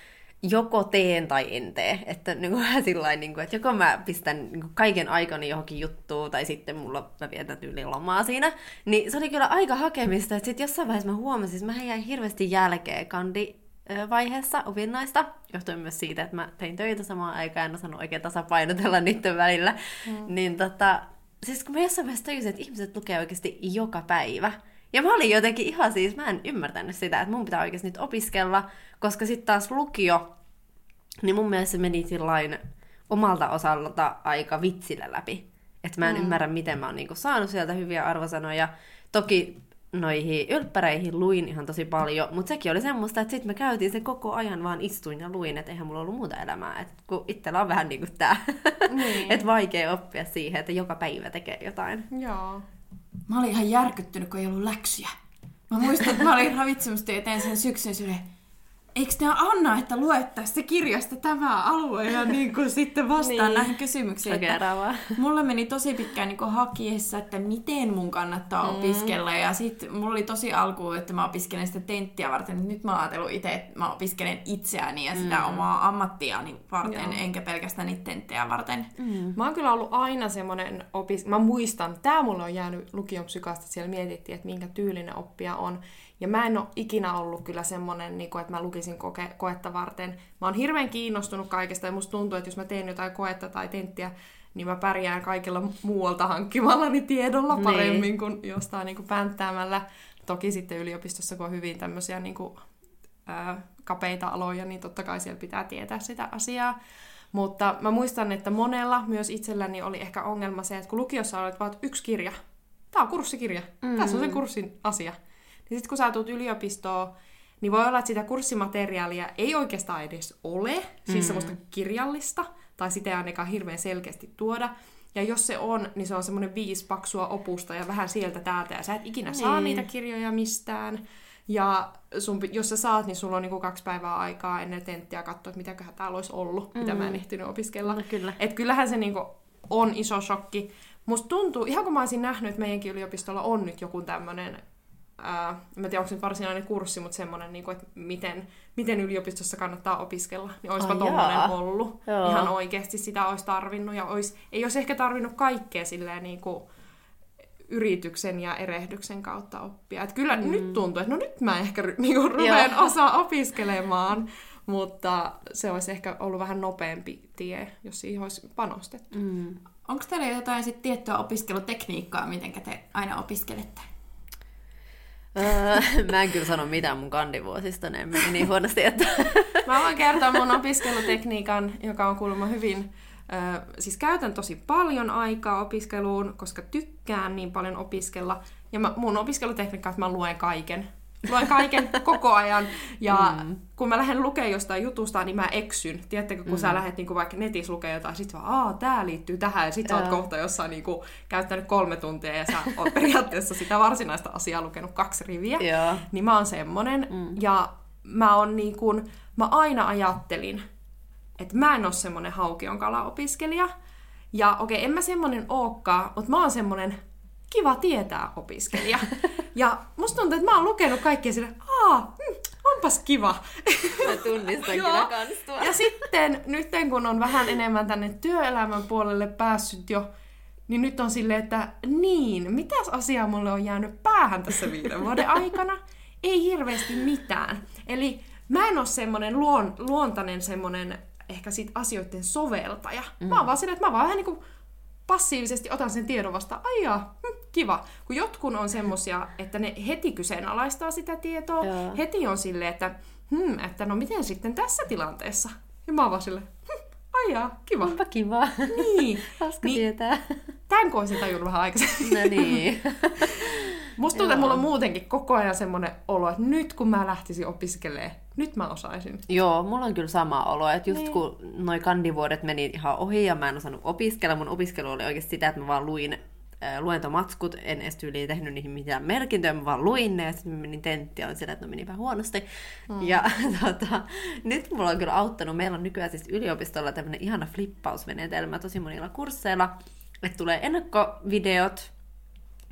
joko teen tai en tee. Että niin kuin, sillain, niin kuin, että joko mä pistän niin kuin, kaiken aikani johonkin juttuun, tai sitten mä vietän tyyliin lomaa siinä. Niin se oli kyllä aika hakemista, että sitten jossain vaiheessa mä huomasin, että mä jäin hirveästi jälkeen vaiheessa opinnoista, johtuen myös siitä, että mä tein töitä samaan aikaan, en osannut oikein tasapainotella niiden välillä. Niin siis kun mä jossain vaiheessa tajusin, että ihmiset lukee oikeasti joka päivä. Ja mä olin jotenkin ihan siis, mä en ymmärtänyt sitä, että mun pitää oikeasti nyt opiskella, koska sitten taas lukio, niin mun mielestä se meni sillain omalta osalta aika vitsillä läpi. Että mä en ymmärrä, miten mä oon niinku saanut sieltä hyviä arvosanoja. Toki noihin ylppäreihin luin ihan tosi paljon, mutta sekin oli semmoista, että sitten me käytiin sen koko ajan vaan istuin ja luin, että eihän mulla ollut muuta elämää. Et kun itsellä on vähän niin kuin tää, että vaikea oppia siihen, että joka päivä tekee jotain. Joo. Mä olin ihan järkyttynyt, kun ei ollut läksyjä. Mä muistan, että mä olin ravitsemustieteen sen syksyn sylen. Eikö ne anna, että luet tästä kirjasta tämä alue ja niin kuin sitten vastaan näihin kysymyksiin. Mulle meni tosi pitkään niin kuin hakiessa, että miten mun kannattaa opiskella. Ja sitten mulla oli tosi alkuun, että mä opiskelen sitä tenttiä varten. Nyt mä oon ajatellut itse, että mä opiskelen itseäni ja sitä omaa ammattiani varten, enkä pelkästään niitä tenttejä varten. Mä oon kyllä ollut aina semmoinen mä muistan, tää mulle on jäänyt lukion psykasta, siellä mietittiin, että minkä tyylinen oppija on. Ja mä en ole ikinä ollut kyllä semmoinen, että mä lukisin koetta varten. Mä oon hirveän kiinnostunut kaikesta ja musta tuntuu, että jos mä teen jotain koetta tai tenttiä, niin mä pärjään kaikilla muualta hankkimallani tiedolla paremmin kuin jostain niin kuin pänttäämällä. Toki sitten yliopistossa, kun on hyvin tämmöisiä niin kuin, kapeita aloja, niin totta kai siellä pitää tietää sitä asiaa. Mutta mä muistan, että monella, myös itselläni, oli ehkä ongelma se, että kun lukiossa olet vaan yksi kirja, tää on kurssikirja, tässä on sen kurssin asia. Niin sitten kun sä tulet yliopistoon, niin voi olla, että sitä kurssimateriaalia ei oikeastaan edes ole, siis semmoista kirjallista, tai sitä ei ainakaan hirveän selkeästi tuoda. Ja jos se on, niin se on semmoinen 5 paksua opusta ja vähän sieltä täältä, ja sä et ikinä saa niitä kirjoja mistään. Ja jos sä saat, niin sulla on niinku 2 päivää aikaa ennen tenttiä katsoa, että mitäköhän täällä olisi ollut, mitä mä en ehtinyt opiskella. No, kyllä. Et kyllähän se niinku on iso shokki. Musta tuntuu, ihan kun mä olisin nähnyt, että meidänkin yliopistolla on nyt joku tämmöinen, en tiedä, onko se nyt varsinainen kurssi, mutta semmoinen, että miten yliopistossa kannattaa opiskella, niin olisipa tommoinen ollut. Joo. Ihan oikeasti sitä olisi tarvinnut, ja ei olisi ehkä tarvinnut kaikkea silleen niin kuin yrityksen ja erehdyksen kautta oppia. Et kyllä nyt tuntuu, että nyt mä ehkä rupean osaa opiskelemaan, mutta se olisi ehkä ollut vähän nopeampi tie, jos siihen olisi panostettu. Onko teillä jotain sit tiettyä opiskelutekniikkaa, miten te aina opiskelette? Mä en kyllä sano mitään mun kandivuosista, ne meni niin huonosti, että... Mä voin kertoa mun opiskelutekniikan, joka on kuulemma hyvin... Siis käytän tosi paljon aikaa opiskeluun, koska tykkään niin paljon opiskella. Ja mun opiskelutekniikka, että mä luen kaiken. Luen kaiken koko ajan. Ja kun mä lähden lukemaan jostain jutusta, niin mä eksyn. Tiedättekö, kun sä lähdet niinku vaikka netissä lukemaan jotain, sit vaan, tää liittyy tähän. Ja sit sä oot kohta jossain niinku käyttänyt 3 tuntia ja sä oot periaatteessa sitä varsinaista asiaa lukenut 2 riviä. Niin mä oon semmonen. Ja mä aina ajattelin, että mä en oo semmonen haukionkala-opiskelija. Ja okei, en mä semmonen ookaan, mutta mä oon semmonen kiva tietää opiskelija. Ja musta tuntuu, että mä oon lukenut kaikkea silleen, onpas kiva. Mä tunnistan kyllä kans. Ja sitten nyt kun on vähän enemmän tänne työelämän puolelle päässyt jo, niin nyt on silleen, että mitäs asiaa mulle on jäänyt päähän tässä 5 vuoden aikana? Ei hirveästi mitään. Eli mä en oo semmonen luontainen semmonen ehkä sit asioiden soveltaja. Mä oon vaan silleen, että mä vaan vähän niinku passiivisesti otan sen tiedon vastaan. Kiva. Kun jotkun on semmosia, että ne heti kyseenalaistaa sitä tietoa. Heti on silleen, että no miten sitten tässä tilanteessa? Ja mä oon vaan silleen, kiva. Onpa kiva. Niin. Hauska tietää. Tän kun olisin tajunnut vähän aikaisemmin. No niin. Musta tuntuu, että mulla on muutenkin koko ajan semmoinen olo, että nyt kun mä lähtisin opiskelemaan, nyt mä osaisin. Joo, mulla on kyllä sama olo, että just kun noi kandivuodet meni ihan ohi ja mä en osannut opiskella, mun opiskelu oli oikeasti sitä, että mä vaan luin luentomatskut, en edes tyyliin tehnyt niihin mitään merkintöjä, mä vaan luin ne ja sitten mä menin tenttiin ja olin sillä, että no meni vähän huonosti. Ja nyt mulla on kyllä auttanut, meillä on nykyään siis yliopistolla tämmönen ihana flippausmenetelmä tosi monilla kursseilla, että tulee ennakkovideot,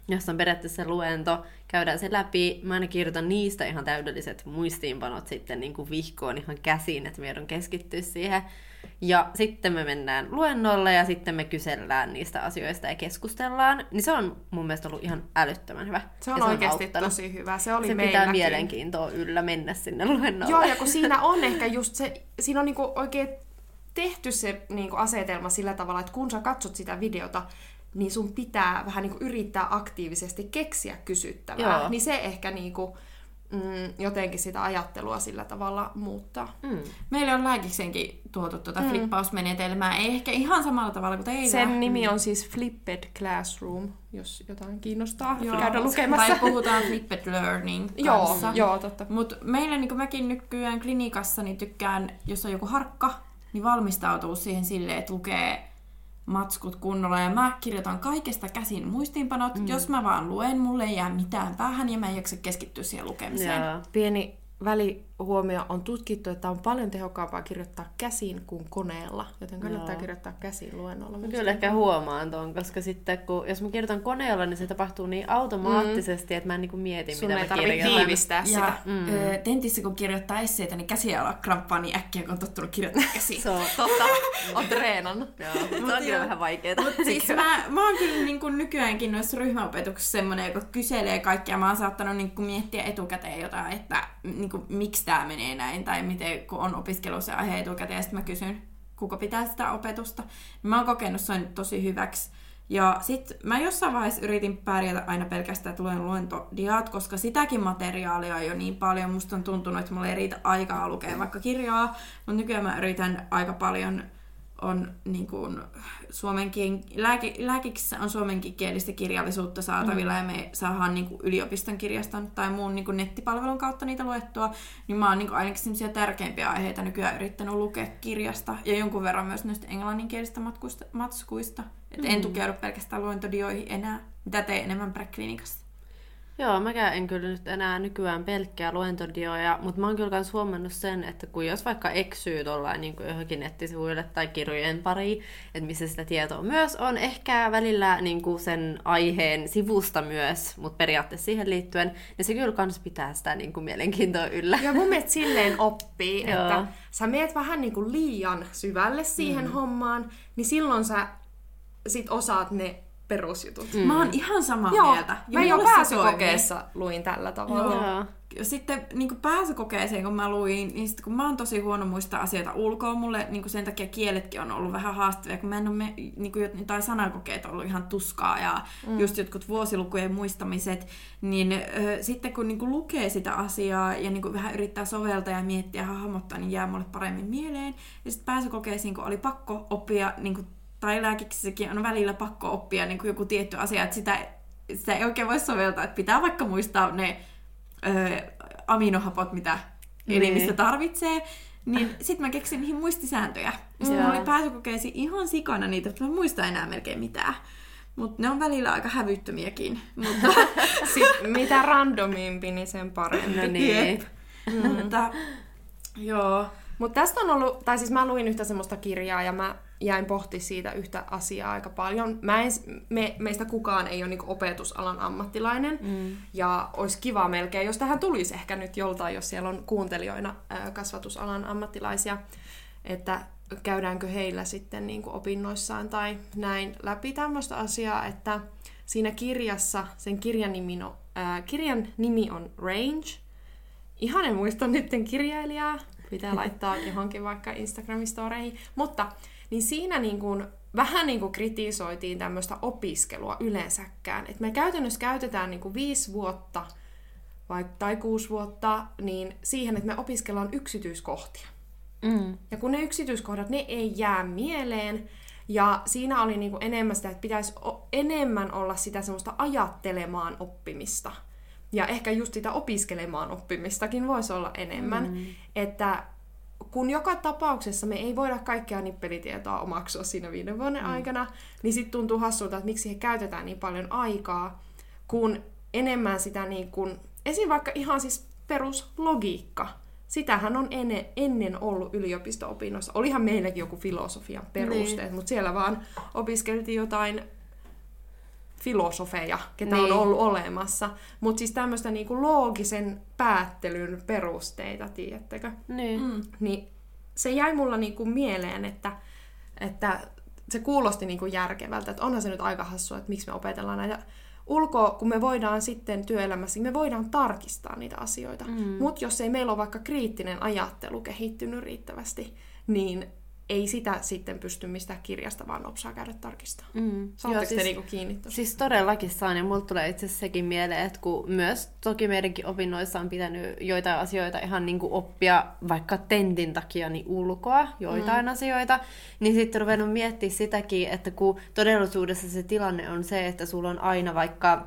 jossa on periaatteessa luento, käydään se läpi. Mä aina kirjoitan niistä ihan täydelliset muistiinpanot sitten niin kuin vihkoon ihan käsiin, että me joudun keskittyä siihen. Ja sitten me mennään luennolle ja sitten me kysellään niistä asioista ja keskustellaan. Niin se on mun mielestä ollut ihan älyttömän hyvä. Se on oikeasti tosi hyvä. Se oli se meilläkin. Pitää mielenkiintoa yllä mennä sinne luennolle. Joo, ja kun siinä on ehkä just se, siinä on niinku oikein tehty se niinku asetelma sillä tavalla, että kun sä katsot sitä videota, niin sun pitää vähän niinku yrittää aktiivisesti keksiä kysyttävää. Joo. Niin se ehkä niinku, jotenkin sitä ajattelua sillä tavalla muuttaa. Meille on lääkiksenkin tuotu flippausmenetelmää, ei ehkä ihan samalla tavalla kuin teillä. Sen nimi on siis Flipped Classroom, jos jotain kiinnostaa käydä lukemassa. Tai puhutaan Flipped Learning kanssa. Joo, totta. Mutta meillä niin kuin mäkin nykyään klinikassa niin tykkään, jos on joku harkka, niin valmistautuu siihen silleen, että lukee matskut kunnolla. Ja mä kirjoitan kaikesta käsin muistiinpanot. Jos mä vaan luen, mulle ei jää mitään päähän ja mä en jaksa keskittyä siihen lukemiseen. Joo. Pieni välihuomio on tutkittu, että on paljon tehokkaampaa kirjoittaa käsin kuin koneella, joten kannattaa kirjoittaa käsin luennolla. Kyllä ehkä huomaan tuon, koska sitten jos mä kirjoitan koneella, niin se tapahtuu niin automaattisesti, että mä en niinku mieti, sun mitä ei mä tarvitse kirjoitan. tiivistää sitä. Ja tentissä kun kirjoittaa esseitä, niin käsiä olla kramppaa niin äkkiä, kun on tottunut kirjoittaa käsiin. Se on Totta, on treenannut. Joo, se on kyllä vähän vaikeeta. Siis mä oon kyllä niin kuin nykyäänkin noissa ryhmäopetuksissa semmoinen, joka kyselee kaikkia. Mä oon saattanut niin kuin miettiä etukäteen jotain, että niin kuin, miksi tää menee näin, tai miten, kun on opiskellut se aihe etukäteen, ja sitten mä kysyn, kuka pitää sitä opetusta. Mä oon kokenut sen tosi hyväksi. Ja sit mä jossain vaiheessa yritin pärjätä aina pelkästään, että luen luentodiat, koska sitäkin materiaalia on jo niin paljon. Musta on tuntunut, että mulla ei riitä aikaa lukea vaikka kirjaa, mutta nykyään mä yritän aika paljon on niin kuin lääkiksessä on suomenkielistä kirjallisuutta saatavilla ja me saadaan niin kuin yliopiston kirjaston tai muun niin kuin nettipalvelun kautta niitä luettua, niin mä oon niin kuin ainakin semmoisia tärkeimpiä aiheita nykyään yrittänyt lukea kirjasta ja jonkun verran myös noista englanninkielistä matskuista. Et en tukeudu pelkästään luentodioihin enää, mitä teen enemmän präklinikassa. Joo, mäkään en kyllä nyt enää nykyään pelkkää luentodioja, mutta mä oon kyllä myös huomannut sen, että kun jos vaikka eksyy tuollain niin kuin johonkin nettisivuille tai kirjojen pariin, että missä sitä tietoa myös on, ehkä välillä niin kuin sen aiheen sivusta myös, mutta periaatteessa siihen liittyen, niin se kyllä kans pitää sitä niin kuin mielenkiintoa yllä. Ja mun mielestä silleen oppii, että sä meet vähän niin kuin liian syvälle siihen hommaan, niin silloin sä sit osaat ne perusjutut. Mä oon ihan samaa mieltä. Mä jo pääsykokeessa luin tällä tavalla. Joo. Sitten niin pääsykokeeseen, kun mä luin, niin sit, kun mä oon tosi huono muistaa asioita ulkoa, mulle niin sen takia kieletkin on ollut vähän haastavia, kun mä en ole niin tai sanakokeet on ollut ihan tuskaa ja just jotkut vuosilukujen muistamiset, niin sitten kun niin lukee sitä asiaa ja niin vähän yrittää soveltaa ja miettiä ja hahmottaa, niin jää mulle paremmin mieleen. Ja sitten pääsykokeisiin, kun oli pakko oppia niin tai lääkiksessäkin on välillä pakko oppia niin kuin joku tietty asia, että sitä ei oikein voi soveltaa, että pitää vaikka muistaa ne aminohapot, mitä elimistö tarvitsee, niin sitten mä keksin niihin muistisääntöjä. Sitten mä olin pääsykokeisiin ihan sikana niitä, että mä en muista enää melkein mitään. Mutta ne on välillä aika hävyttömiäkin. Mutta mitä randomimpi, niin sen parempi. No niin. Mutta joo. Mutta tästä on ollut, tai siis mä luin yhtä semmoista kirjaa ja mä jäin pohtimaan siitä yhtä asiaa aika paljon. Meistä kukaan ei ole niinku opetusalan ammattilainen ja olisi kiva melkein, jos tähän tulisi ehkä nyt joltain, jos siellä on kuuntelijoina kasvatusalan ammattilaisia, että käydäänkö heillä sitten niinku opinnoissaan tai näin läpi tämmöistä asiaa, että siinä kirjassa, sen kirjan nimi on Range. Ihan en muista nytten kirjailijaa, pitää laittaa johonkin vaikka Instagram-storeihin, mutta niin siinä niin kuin, vähän niin kuin kritisoitiin tämmöistä opiskelua yleensäkään. Et me käytännössä käytetään niin kuin 5 vuotta tai 6 vuotta niin siihen, että me opiskellaan yksityiskohtia. Ja kun ne yksityiskohdat, ne ei jää mieleen, ja siinä oli niin kuin enemmän sitä, että pitäisi enemmän olla sitä semmoista ajattelemaan oppimista. Ja ehkä just sitä opiskelemaan oppimistakin voisi olla enemmän. Että kun joka tapauksessa me ei voida kaikkea nippelitietoa omaksua siinä 5 vuoden aikana, niin sitten tuntuu hassulta, että miksi he käytetään niin paljon aikaa, kun enemmän sitä niin kuin, esim. Vaikka ihan siis peruslogiikka. Sitähän on ennen ollut yliopisto-opinnoissa. Olihan meilläkin joku filosofian perusteet, mutta siellä vaan opiskeltiin jotain filosofeja, ketä on ollut olemassa. Mutta siis tämmöistä niinku loogisen päättelyn perusteita, tiedättekö? Niin se jäi mulla niinku mieleen, että se kuulosti niinku järkevältä, että onhan se nyt aika hassua, että miksi me opetellaan näitä ulkoa, kun me voidaan sitten työelämässä, me voidaan tarkistaa niitä asioita. Mutta jos ei meillä ole vaikka kriittinen ajattelu kehittynyt riittävästi, niin ei sitä sitten pysty mistään kirjasta vaan nopsaa käydä tarkistamaan. Saatteko te niinku kiinni tosta? Siis todellakin saan, ja mulle tulee itse asiassa sekin mieleen, että kun myös toki meidänkin opinnoissa on pitänyt joitain asioita ihan niinku oppia vaikka tentin takia niin ulkoa, joitain asioita, niin sitten ruvennut miettimään sitäkin, että kun todellisuudessa se tilanne on se, että sulla on aina vaikka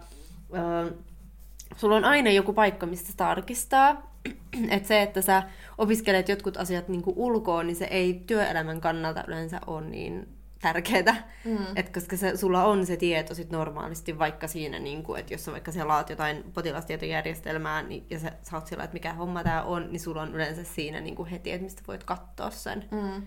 sulla on aina joku paikka, mistä tarkistaa. Että se, että sä opiskelet jotkut asiat niinku ulkoon, niin se ei työelämän kannalta yleensä ole niin tärkeää. Koska sulla on se tieto sit normaalisti vaikka siinä, niinku, että jos sä vaikka selaat jotain potilastietojärjestelmää niin, ja sä oot sillä, että mikä homma tää on, niin sulla on yleensä siinä niinku heti, että mistä voit katsoa sen.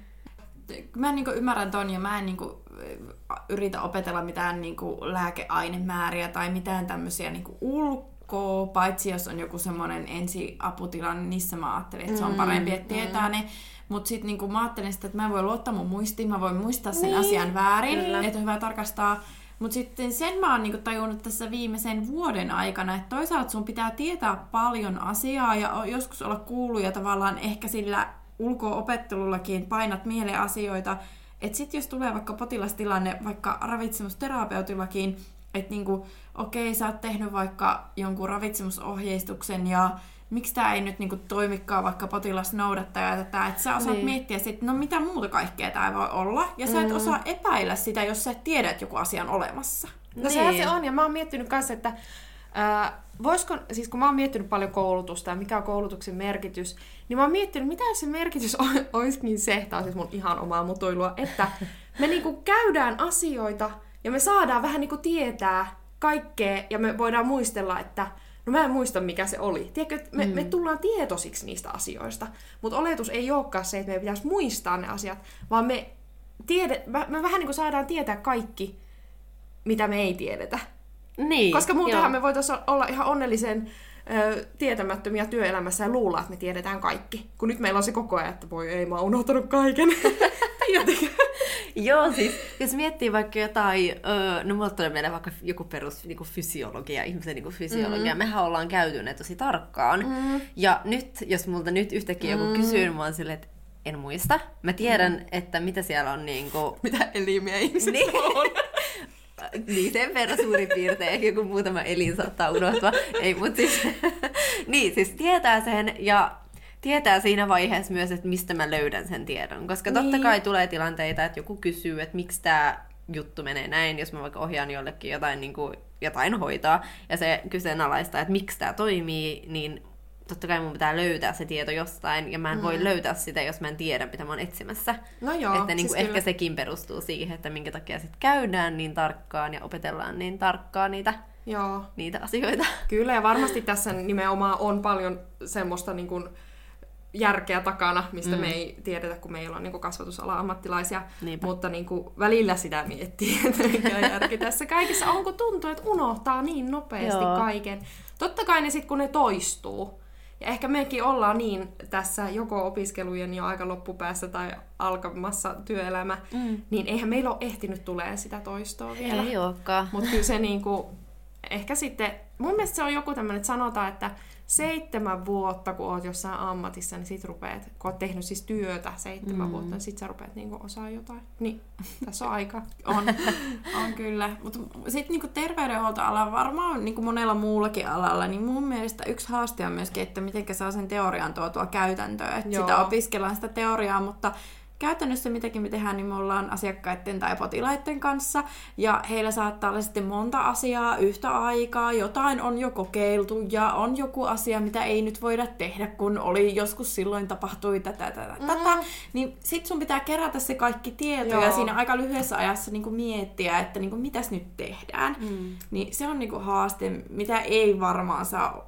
Mä niinku ymmärrän ton ja mä en niinku yritä opetella mitään niinku lääkeainemääriä tai mitään tämmöisiä niinku paitsi jos on joku semmoinen ensiaputilanne, niin niissä mä ajattelin, että se on parempi, että tietää ne. Mutta sitten niinku mä ajattelin sitä, että mä voin luottaa mun muistiin, mä voin muistaa sen asian väärin, että on hyvä tarkastaa. Mutta sitten sen mä oon niinku tajunnut tässä viimeisen vuoden aikana, että toisaalta sun pitää tietää paljon asiaa ja joskus olla kuullut tavallaan ehkä sillä ulko-opettelullakin painat mieleen asioita. Että sitten jos tulee vaikka potilastilanne, vaikka ravitsemusterapeutillakin, että niinku, okei, sä oot tehnyt vaikka jonkun ravitsemusohjeistuksen ja miksi tää ei nyt niinku toimikaan vaikka potilas noudattaa ja tätä, että sä osaat miettiä sit, no mitä muuta kaikkea tää voi olla, ja sä et osaa epäillä sitä, jos sä et tiedä, että joku asia on olemassa. No sehän se on, ja mä oon miettinyt kanssa, että voisiko, siis kun mä oon miettinyt paljon koulutusta ja mikä on koulutuksen merkitys, niin mä oon miettinyt, mitä se merkitys olisikin se, tää on siis mun ihan omaa mutuilua, että me niinku käydään asioita ja me saadaan vähän niinku tietää kaikkea ja me voidaan muistella, että no mä en muista mikä se oli. Tiedätkö, me tullaan tietoisiksi niistä asioista, mutta oletus ei olekaan se, että meidän pitäisi muistaa ne asiat, vaan me vähän niinku saadaan tietää kaikki, mitä me ei tiedetä. Niin, koska muutenhan me voitaisiin olla ihan onnellisen tietämättömiä työelämässä ja luulla, että me tiedetään kaikki. Kun nyt meillä on se koko ajan, että voi ei, mä oon unohtanut kaiken. Joo, siis jos miettii vaikka jotain, no mulle tulee meille vaikka joku perus niin kuin fysiologia, ihmisen niin kuin fysiologia, mehän ollaan käyty ne tosi tarkkaan. Ja nyt, jos multa nyt yhtäkkiä joku kysyy, niin mä oon silleen, että en muista. Mä tiedän, että mitä siellä on niinku... Mitä elimiä ihmiset on. Niin, sen verran suurin piirtein, ehkä joku muutama elin saattaa unohtua. Ei, mutta siis... niin, siis tietää sen ja tietää siinä vaiheessa myös, että mistä mä löydän sen tiedon. Koska totta kai tulee tilanteita, että joku kysyy, että miksi tämä juttu menee näin, jos mä vaikka ohjaan jollekin jotain, niin kuin, jotain hoitaa, ja se kyseenalaistaa, että miksi tämä toimii, niin totta kai mun pitää löytää se tieto jostain, ja mä en voi löytää sitä, jos mä en tiedä, mitä mä oon etsimässä. No joo, että niin siis ehkä kyllä. sekin perustuu siihen, että minkä takia sit käydään niin tarkkaan ja opetellaan niin tarkkaan niitä asioita. Kyllä, ja varmasti tässä nimenomaan on paljon semmoista niin kuin järkeä takana, mistä me ei tiedetä, kun meillä on niin kuin kasvatusala-ammattilaisia. Niinpä. Mutta niin kuin välillä sitä miettii, että mikä järki tässä kaikessa on, kun tuntuu, että unohtaa niin nopeasti kaiken. Totta kai ne sitten, kun ne toistuu. Ja ehkä mekin ollaan niin tässä joko opiskelujen jo aika loppupäässä tai alkamassa työelämä, niin eihän meillä ole ehtinyt tulee sitä toistoa vielä. Ei olekaan. Mutta kyllä se niinku, ehkä sitten, mun mielestä se on joku tämmöinen, että sanotaan, että 7 vuotta, kun oot jossain ammatissa, niin sit rupeat, kun oot tehnyt siis työtä 7 vuotta, niin sit sä rupeat niinku osaa jotain. Niin, tässä on aika. On kyllä. Mutta sitten niinku terveydenhuoltoalalla, varmaan niinku monella muullakin alalla, niin mun mielestä yksi haaste on myöskin, että miten saa sen teorian tuotua käytäntöön. Että sitä opiskellaan sitä teoriaa, mutta käytännössä mitäkin me tehdään, niin me ollaan asiakkaiden tai potilaiden kanssa, ja heillä saattaa olla sitten monta asiaa yhtä aikaa, jotain on jo kokeiltu, ja on joku asia, mitä ei nyt voida tehdä, kun oli joskus silloin tapahtui tätä, niin sit sun pitää kerätä se kaikki tieto, ja siinä aika lyhyessä ajassa niin kuin miettiä, että niin kuin, mitäs nyt tehdään. Niin se on niin kuin haaste, mitä ei varmaan saa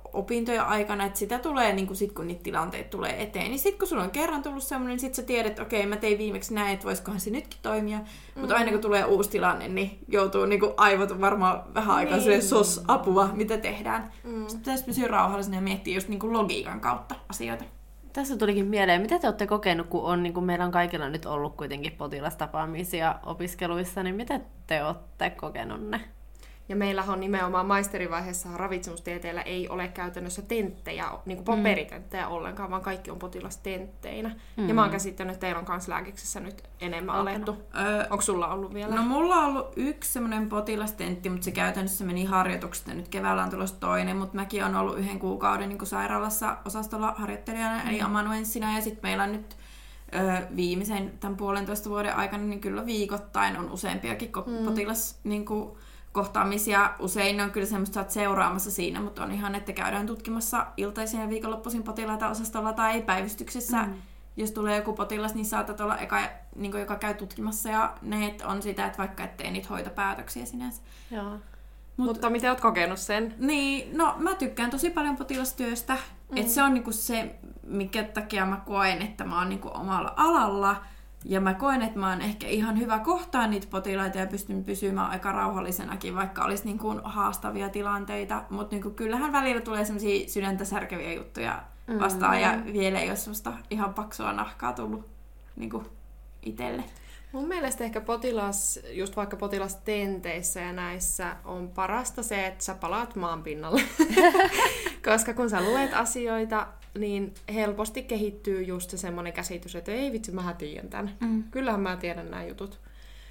opintojen aikana, että sitä tulee, niin sit kun niitä tilanteita tulee eteen, niin sit kun sulla on kerran tullut semmoinen, niin sit sä tiedät, että okei, mä tein viimeksi näin, että voisikohan se nytkin toimia, mutta aina kun tulee uusi tilanne, niin joutuu niin aivot varmaan vähän aikaa silleen apua, mitä tehdään. Sitten pitäisi pysyä rauhallisena ja miettiä just niin logiikan kautta asioita. Tässä tulikin mieleen, mitä te olette kokenut, kun on, niin kuin meillä on kaikilla nyt ollut kuitenkin potilastapaamisia opiskeluissa, niin mitä te olette kokenut ne? Ja meillähän on nimenomaan maisterivaiheessa ravitsemustieteellä ei ole käytännössä tenttejä, niin kuin paperitenttejä ollenkaan, vaan kaikki on potilastentteinä. Ja mä oon käsittänyt, että teillä on myös lääkiksessä nyt enemmän alettu. Onko sulla ollut vielä? No mulla on ollut yksi semmoinen potilastentti, mutta se käytännössä meni harjoituksesta. Nyt keväällä on tulossa toinen, mutta mäkin on ollut 1 kuukauden niin kuin sairaalassa osastolla harjoittelijana, eli amanuenssina, ja sitten meillä on nyt viimeisen tämän 1,5 vuoden aikana, niin kyllä viikoittain on useampiakin potilas niin kuin kohtaamisia. Usein ne on kyllä semmoista, että olet seuraamassa siinä, mutta on ihan, että käydään tutkimassa iltaisin ja viikonloppuisin potilaita osastolla tai päivystyksessä. Jos tulee joku potilas, niin saatat olla eka, niin joka käy tutkimassa, ja ne on sitä, että vaikka ettei niitä hoitopäätöksiä sinänsä. Joo. Mutta miten olet kokenut sen? Niin, no mä tykkään tosi paljon potilastyöstä. Että se on niinku se, mikä takia mä koen, että mä oon niinku omalla alalla. Ja mä koen, että mä oon ehkä ihan hyvä kohtaa niitä potilaita ja pystyn pysymään aika rauhallisenakin, vaikka olisi niin kuin haastavia tilanteita. Mutta niin kyllähän välillä tulee sellaisia sydäntä särkeviä juttuja vastaan ja vielä ei ole semmoista ihan paksua nahkaa tullut niin kuin itselle. Mun mielestä ehkä just vaikka potilastenteissä ja näissä on parasta se, että sä palaat maan pinnalle. Koska kun sä luet asioita, niin helposti kehittyy just se semmoinen käsitys, että ei vitsi, mähän tiedän tän. Kyllähän mä tiedän nämä jutut.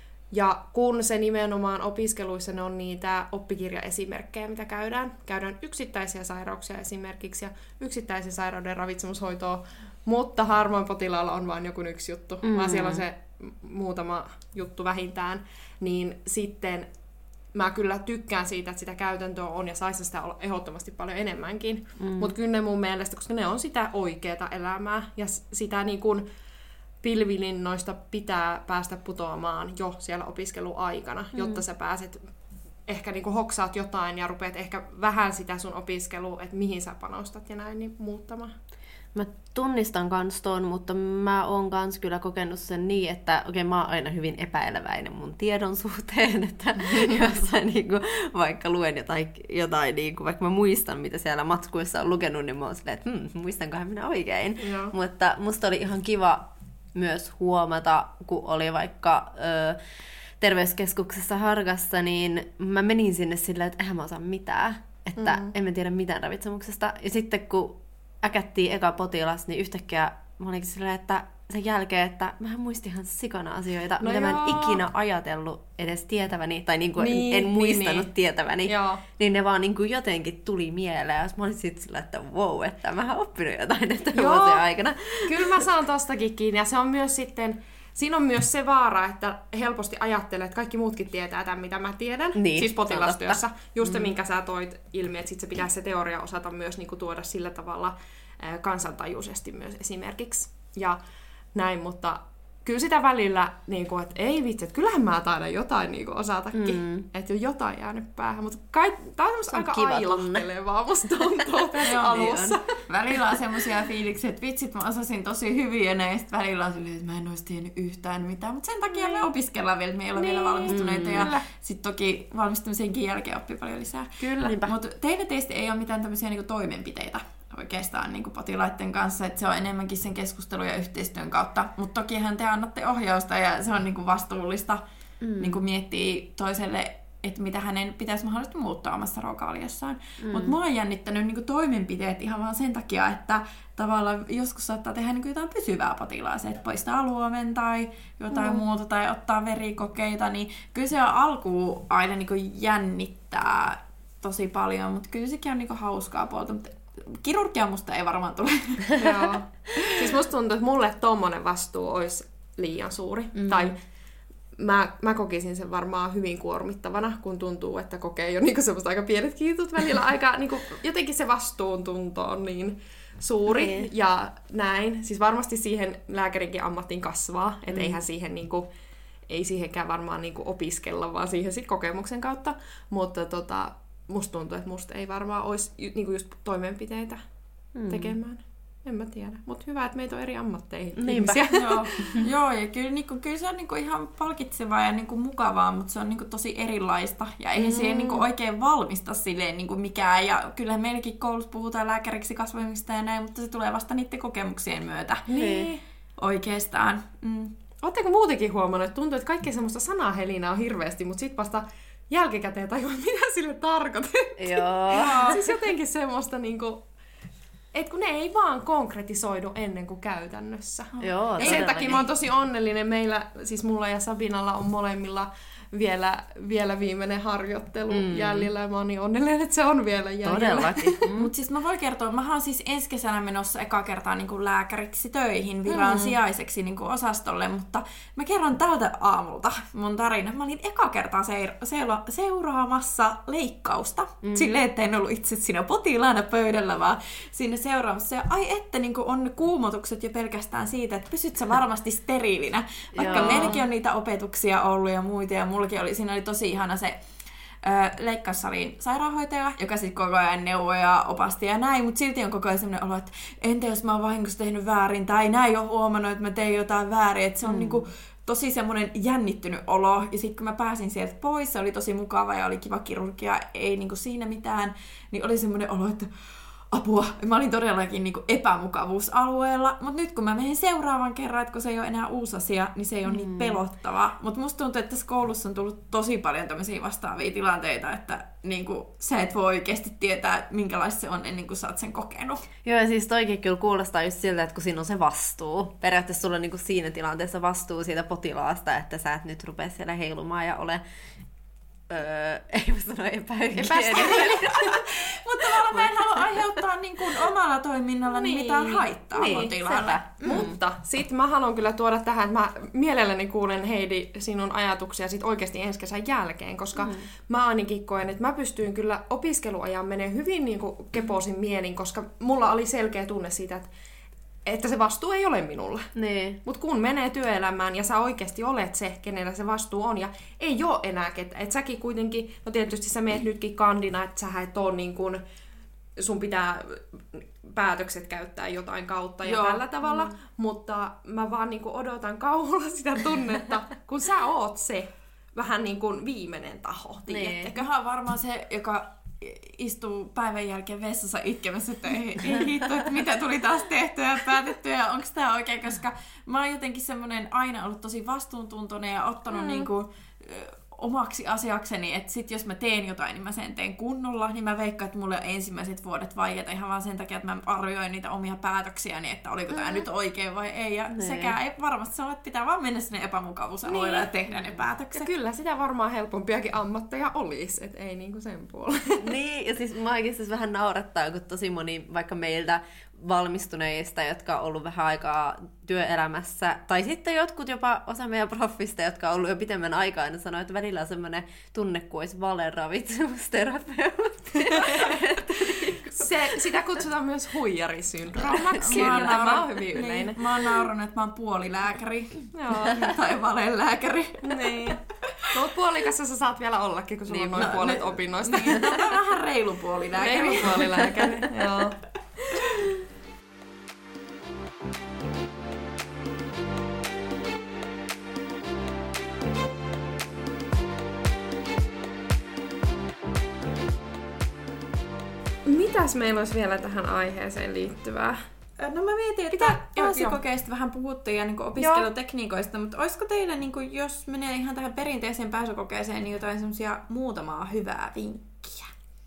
Ja kun se nimenomaan opiskeluissa ne on niitä oppikirjaesimerkkejä, mitä käydään yksittäisiä sairauksia esimerkiksi ja yksittäisen sairauden ravitsemushoitoa, mutta harvoin potilaalla on vain joku yksi juttu, vaan siellä on se muutama juttu vähintään, niin sitten mä kyllä tykkään siitä, että sitä käytäntöä on ja saisi sitä olla ehdottomasti paljon enemmänkin. Mutta kyllä ne mun mielestä, koska ne on sitä oikeaa elämää ja sitä niin kuin pilvilinnoista pitää päästä putoamaan jo siellä opiskeluaikana, jotta sä pääset ehkä niin kuin hoksaat jotain ja rupeat ehkä vähän sitä sun opiskelua, että mihin sä panostat ja näin, niin muuttamaan. Mä tunnistan kans ton, mutta mä oon kans kyllä kokenut sen niin, että mä oon aina hyvin epäileväinen mun tiedon suhteen, että jos mä niinku, vaikka luen jotain niinku, vaikka mä muistan, mitä siellä matskuissa on lukenut, niin mä oon silleen, että muistankohan minä oikein. Joo. Mutta musta oli ihan kiva myös huomata, kun oli vaikka terveyskeskuksessa Hargassa, niin mä menin sinne silleen, että eihän mä osaa mitään, että en mä tiedä mitään ravitsemuksesta. Ja sitten kun äkättiin eka potilas, niin yhtäkkiä mä olinkin silleen, että sen jälkeen, että mähän muistin ihan sikana asioita, mitä mä en ikinä ajatellut edes tietäväni, tai niin kuin en muistanut tietäväni, niin ne vaan niin kuin jotenkin tuli mieleen, ja mä olin sitten sillä, että wow, että mähän oppinut jotain vuosien aikana. Kyllä mä saan tostakin kiinni, ja se on myös sitten, siinä on myös se vaara, että helposti ajattelee, että kaikki muutkin tietää tämän, mitä mä tiedän, niin, siis potilastyössä. Just se, minkä sä toit ilmi, että sit se pitäisi se teoria osata myös niin kuin tuoda sillä tavalla kansantajuisesti myös esimerkiksi. Ja näin, mutta kyllä sitä välillä, niin kuin, että ei vitsi, että kyllähän mä taidan jotain niin kuin osatakin. Että on jotain jäänyt päähän. Mutta tämä on aika ailahtelevaa, musta tuntuu tässä alussa. Välillä on semmoisia fiiliksiä, että vitsit mä osasin tosi hyvin ja näin. Sitten välillä on silleen, että mä en olisi tiennyt yhtään mitään. Mutta sen takia me opiskellaan vielä, että me ei ole vielä valmistuneita. Ja sitten toki valmistumisenkin jälkeen oppii paljon lisää. Kyllä. Mutta teistä ei ole mitään tämmöisiä niin kuin toimenpiteitä oikeastaan niin kuin potilaiden kanssa, että se on enemmänkin sen keskustelun ja yhteistyön kautta. Mutta tokihan te annatte ohjausta ja se on niin kuin vastuullista niin kuin miettiä toiselle, että mitä hänen pitäisi mahdollisesti muuttaa omassa ruokavaliossaan. Mutta mua on jännittänyt niin kuin toimenpiteet ihan vaan sen takia, että tavallaan joskus saattaa tehdä niin kuin jotain pysyvää potilaaseen, että poistaa luomen tai jotain muuta tai ottaa verikokeita, niin kyllä se on alkuun aina niin kuin jännittää tosi paljon, mutta kyllä sekin on niin kuin hauskaa puolta. Kirurgia musta ei varmaan tule. Joo. Siis musta tuntuu, että mulle tommonen vastuu olisi liian suuri. Tai mä kokisin sen varmaan hyvin kuormittavana, kun tuntuu, että kokee jo niinku semmoista aika pienet kiitut välillä. Aika, niinku, jotenkin se vastuuntunto on niin suuri ja näin. Siis varmasti siihen lääkärinkin ammattiin kasvaa. Että eihän siihen niinku, ei siihenkään varmaan niinku opiskella, vaan siihen sit kokemuksen kautta. Mutta musta tuntuu, että musta ei varmaan olisi niinku just toimenpiteitä tekemään. En mä tiedä. Mutta hyvä, että meitä on eri ammatteihin ihmisiä. Joo, ja kyllä se on niinku ihan palkitsevaa ja niinku mukavaa, mutta se on niinku tosi erilaista. Ja eihän siihen niinku oikein valmista silleen niinku mikään. Ja kyllähän meilläkin koulussa puhutaan lääkäriksi kasvamista ja näin, mutta se tulee vasta niiden kokemuksien myötä. Niin. Oikeastaan. Oletteko muutenkin huomannut, että tuntuu, että kaikkea semmoista sanahelinää on hirveästi, mutta sit vasta jälkikäteen tajua, mitä sille tarkoitat. Joo. Siis jotenkin semmoista niinku... Et kun ne ei vaan konkretisoidu ennen kuin käytännössä. Joo, ja sen takia mä oon tosi onnellinen. Meillä, siis mulla ja Sabinalla on molemmilla vielä viimeinen harjoittelu jäljellä. Ja mä oon niin onnellinen, että se on vielä jäljellä. Todellakin. Mutta siis mä voin kertoa, mä oon siis ensi kesänä menossa eka kertaa niinku lääkäriksi töihin viran sijaiseksi niinku osastolle, mutta mä kerron tältä aamulta mun tarina. Mä olin eka kertaa seuraamassa leikkausta. Silleen, että en ollut itse siinä potilaana pöydällä, vaan siinä seuraamassa. Ja ai että niinku on ne kuumotukset jo pelkästään siitä, että pysyt sä varmasti steriilinä. Vaikka meilläkin on niitä opetuksia ollut ja muita, ja mullakin siinä oli tosi ihana se leikkaussalin sairaanhoitaja, joka sitten koko ajan neuvoi ja opasti ja näin, mutta silti on koko ajan sellainen olo, että entä jos mä oon vahingossa tehnyt väärin, tai näin ole huomannut, että mä tein jotain väärin, että se on niinku tosi semmoinen jännittynyt olo, ja sitten kun mä pääsin sieltä pois, se oli tosi mukava ja oli kiva kirurgia, ei niinku siinä mitään, niin oli semmoinen olo, että apua. Mä olin todellakin niinku epämukavuusalueella, mutta nyt kun mä menen seuraavan kerran, että kun se ei ole enää uusi asia, niin se ei ole niin pelottava. Mutta musta tuntuu, että tässä koulussa on tullut tosi paljon tämmöisiä vastaavia tilanteita, että niinku, sä et voi oikeasti tietää, minkälaista se on ennen kuin sä oot sen kokenut. Joo, ja siis toikin kyllä kuulostaa just siltä, että kun siinä on se vastuu. Periaatteessa sulla on niinku siinä tilanteessa vastuu siitä potilaasta, että sä et nyt rupea siellä heilumaan ja ole... ei mä sano epähygieninen. Mutta tavallaan mä en halua aiheuttaa niin kuin omalla toiminnalla mitään haittaa potilaalle. Mutta sit mä haluan kyllä tuoda tähän, että mä mielelläni kuulen Heidi sinun ajatuksia sit oikeasti ensi kesän jälkeen, koska mä ainakin koen, että mä pystyin kyllä opiskeluajan menee hyvin niin kuin keposin mielin, koska mulla oli selkeä tunne siitä, että se vastuu ei ole minulla. Niin. Mutta kun menee työelämään ja sä oikeasti olet se, kenellä se vastuu on, ja ei ole enää ketään. Että säkin kuitenkin, no tietysti sä meet nytkin kandina, että sähän et ole niin kuin, sun pitää päätökset käyttää jotain kautta ja tällä tavalla, mutta mä vaan niin kuin odotan kauhulla sitä tunnetta, kun sä oot se vähän niin kuin viimeinen taho, tiedätteköhän varmaan se, joka istuu päivän jälkeen vessassa itkemässä, että ei hitto, että mitä tuli taas tehtyä ja päätettyä ja onko tämä oikein, koska mä oon jotenkin semmoinen aina ollut tosi vastuuntuntoinen ja ottanut niinku omaksi asiakseni, että sit jos mä teen jotain, niin mä sen teen kunnolla, niin mä veikkaan, että mulle on ensimmäiset vuodet vaikeita ihan vaan sen takia, että mä arvioin niitä omia päätöksiäni, että oliko tämä nyt oikein vai ei, ja sekä ei varmasti sano, että pitää vaan mennä sinne epämukavuusalueelle ja tehdä ne päätökset. Ja kyllä sitä varmaan helpompiakin ammatteja olisi, että ei niinku sen puolella. Niin, ja siis mä oikeastaan vähän naurattaa, kun tosi moni vaikka meiltä valmistuneista, jotka on ollut vähän aikaa työelämässä, tai sitten jotkut jopa osa meidän proffista, jotka on ollut jo pitemmän aikaa, ja sanoo, että välillä on semmoinen tunne kuin olisi valeravitsemusterapeutti. Sitä kutsutaan myös huijarisyndroomaksi. Tämä on hyvin yleinen. Niin, mä oon naurannut, että mä oon puolilääkäri. Tai valelääkäri. Niin. No puolikassa sä saat vielä ollakin, kun sulla on noin puolet opinnoista. Niin, on vähän reilu puolilääkäri. Reilu puolilääkäri, joo. Mitäs meillä olisi vielä tähän aiheeseen liittyvää? No mä mietin, että pääsykokeista vähän puhuttiin ja niin opiskelutekniikoista, mutta olisiko teillä, niin kuin, jos menee ihan tähän perinteiseen pääsykokeeseen, niin jotain semmoisia muutamaa hyvää vinkkiä?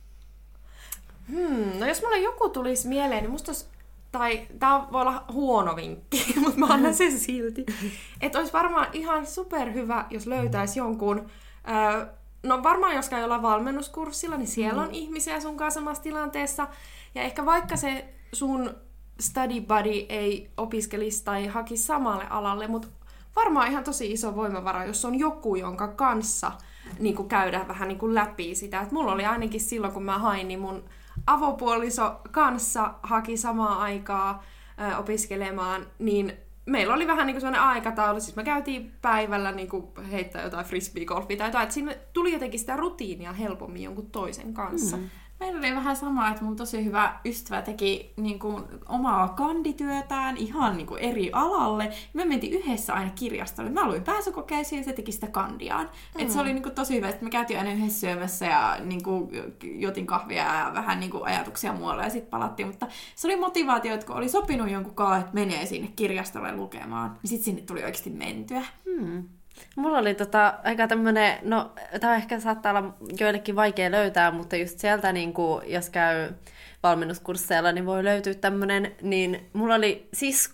No jos mulle joku tulisi mieleen, niin musta olisi, tai tää voi olla huono vinkki, mutta mä annan sen silti. Että olisi varmaan ihan superhyvä, jos löytäisi jonkun... No varmaan jos käy jollain valmennuskurssilla, niin siellä on ihmisiä sun kanssa samassa tilanteessa. Ja ehkä vaikka se sun study buddy ei opiskelisi tai hakisi samalle alalle, mutta varmaan ihan tosi iso voimavara, jos on joku, jonka kanssa niin käydä vähän niin läpi sitä. Et mulla oli ainakin silloin, kun mä hain, niin mun avopuoliso kanssa haki samaa aikaa opiskelemaan, niin meillä oli vähän niin kuin sellainen aikataulu, siis me käytiin päivällä niin kuin heittää jotain frisbee-golfia tai jotain, että siinä tuli jotenkin sitä rutiinia helpommin jonkun toisen kanssa. Meillä oli vähän sama, että mun tosi hyvä ystävä teki niin kuin omaa kandityötään ihan niin kuin eri alalle. Me mentiin yhdessä aina kirjastolle. Mä luin pääsykokeisiin ja se teki sitä kandiaan. Et se oli niin kuin tosi hyvä, että me käytiin aina yhdessä syömässä ja niin kuin jotin kahvia ja vähän niin kuin ajatuksia muualle ja sitten palattiin. Mutta se oli motivaatio, että kun oli sopinut jonkun kanssa, että menee sinne kirjastolle lukemaan, niin sitten sinne tuli oikeasti mentyä. Mulla oli aika tämmönen, no tää ehkä saattaa olla joillekin vaikea löytää, mutta just sieltä niinku, jos käy valmennuskursseilla, niin voi löytyä tämmönen, niin mulla oli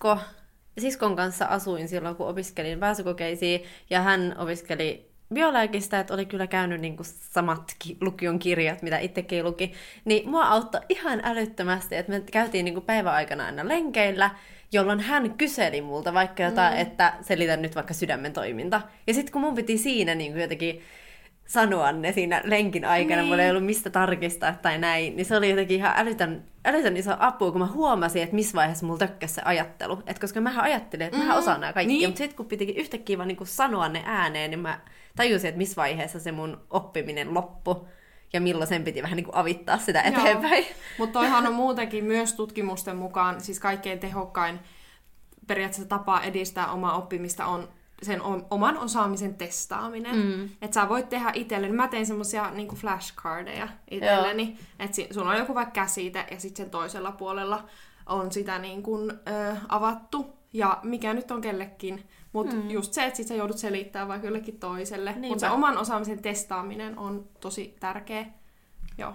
siskon kanssa asuin silloin, kun opiskelin pääsykokeisiin, ja hän opiskeli biologista, että oli kyllä käynyt niinku samat lukion kirjat, mitä itsekin luki, niin mua auttoi ihan älyttömästi, että me käytiin niinku päivän aikana aina lenkeillä, jolloin hän kyseli multa vaikka jotain, että selitän nyt vaikka sydämen toiminta. Ja sitten kun mun piti siinä niin kuin jotenkin sanoa ne siinä lenkin aikana, mulla ei ollut mistä tarkistaa tai näin, niin se oli jotenkin ihan älytön iso apu, kun mä huomasin, että missä vaiheessa mulla tökkäsi se ajattelu. Et koska mähän ajattelin, että mähän osaan nämä kaikki, mutta sitten kun pitikin yhtäkkiä vaan niin kuin sanoa ne ääneen, niin mä tajusin, että missä vaiheessa se mun oppiminen loppui. Ja milloin sen piti vähän niin kuin avittaa sitä eteenpäin. Mutta toihan on muutenkin myös tutkimusten mukaan, siis kaikkein tehokkain periaatteessa tapa edistää omaa oppimista on sen oman osaamisen testaaminen. Että sä voit tehdä itselleni, mä tein semmosia niinku flashcardeja itselleni, että sulla on joku vaikka käsite ja sitten sen toisella puolella on sitä niin kuin, avattu. Ja mikä nyt on kellekin. Mutta just se, että sit sä joudut selittämään vaikka jollekin toiselle. Mutta se oman osaamisen testaaminen on tosi tärkeä. Joo.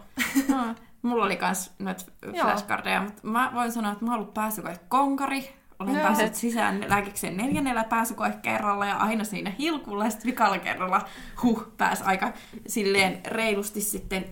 Mulla oli kans noita flashcardeja, mutta mä voin sanoa, että mä oon ollut pääsykoekonkari. Olen päässyt sisään lääkikseen 4. pääsykoekerralla ja aina siinä hilkulla. Ja sitten vikalla kerralla pääsi aika silleen reilusti sitten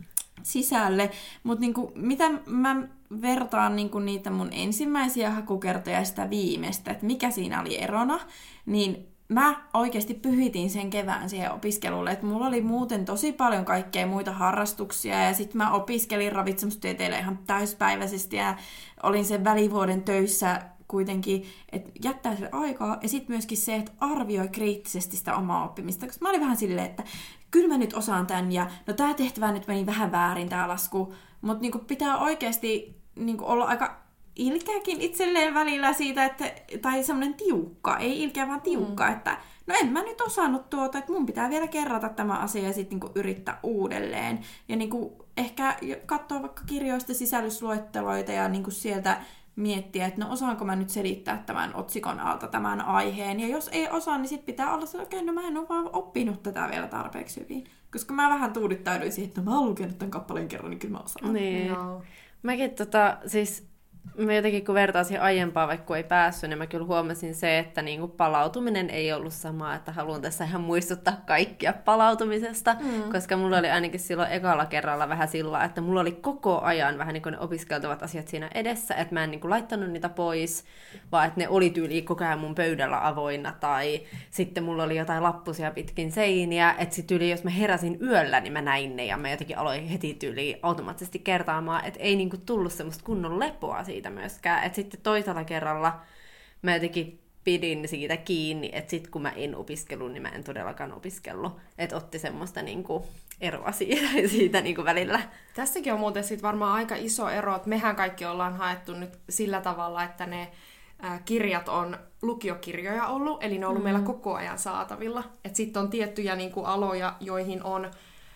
sisälle. Mutta niinku, mitä mä vertaan niinku niitä mun ensimmäisiä hakukertoja ja sitä viimeistä, että mikä siinä oli erona, niin mä oikeasti pyhitin sen kevään siihen opiskelulle, että mulla oli muuten tosi paljon kaikkea muita harrastuksia ja sitten mä opiskelin ravitsemustieteellä ihan täyspäiväisesti ja olin sen välivuoden töissä kuitenkin, että jättää sille aikaa ja sitten myöskin se, että arvioi kriittisesti sitä omaa oppimista, koska mä olin vähän silleen, että kyllä mä nyt osaan tämän ja no tää tehtävä nyt meni vähän väärin tää lasku, mutta niinku pitää oikeasti niinku olla aika ilkeäkin itselleen välillä siitä, että, tai semmoinen tiukka, ei ilkeä vaan tiukka, että no en mä nyt osannut tuota, että mun pitää vielä kerrata tämä asia ja sitten niinku yrittää uudelleen. Ja niinku ehkä katsoa vaikka kirjoista sisällysluetteloita ja niinku sieltä miettiä, että no osaanko mä nyt selittää tämän otsikon alta tämän aiheen. Ja jos ei osaa, niin sit pitää olla se, että okei, no mä en ole vaan oppinut tätä vielä tarpeeksi hyvin. Koska mä vähän tuudittauduin siihen, että no mä oon lukenut tämän kappaleen kerran, niin kyllä mä osaan. Niin. No. Mäkin siis mä jotenkin kun vertaisin aiempaa, vaikka kun ei päässyt, niin mä kyllä huomasin se, että niinku palautuminen ei ollut sama, että haluan tässä ihan muistuttaa kaikkia palautumisesta, koska mulla oli ainakin silloin ekalla kerralla vähän sillä, että mulla oli koko ajan vähän niin kuin ne opiskeltavat asiat siinä edessä, että mä en niinku laittanut niitä pois, vaan että ne oli tyyliin koko ajan mun pöydällä avoinna, tai sitten mulla oli jotain lappusia pitkin seiniä, että sit tyyliin, jos mä heräsin yöllä, niin mä näin ne, ja mä jotenkin aloin heti tyyliin automaattisesti kertaamaan, että ei niinku tullut semmoista kunnon lepoa siitä myöskään. Että sitten toisella kerralla mä jotenkin pidin siitä kiinni, että sitten kun mä en opiskellut, niin mä en todellakaan opiskellut. Että otti semmoista niinku eroa siitä niinku välillä. Tässäkin on muuten sit varmaan aika iso ero, että mehän kaikki ollaan haettu nyt sillä tavalla, että ne kirjat on lukiokirjoja ollut, eli ne on ollut meillä koko ajan saatavilla. Että sitten on tiettyjä niinku aloja, joihin on...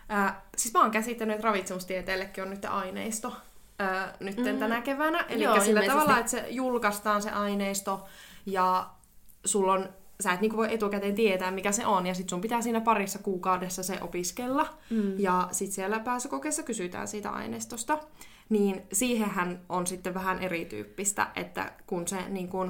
siis mä oon käsittänyt, että ravitsemustieteellekin on nyt aineisto nytten tänä keväänä. Eli sillä tavalla, että se julkaistaan se aineisto ja sulla on, sä et niinku voi etukäteen tietää, mikä se on, ja sit sun pitää siinä parissa kuukaudessa se opiskella. Ja sit siellä pääsykokeessa kysytään siitä aineistosta. Niin siihenhän on sitten vähän erityyppistä, että kun se niinku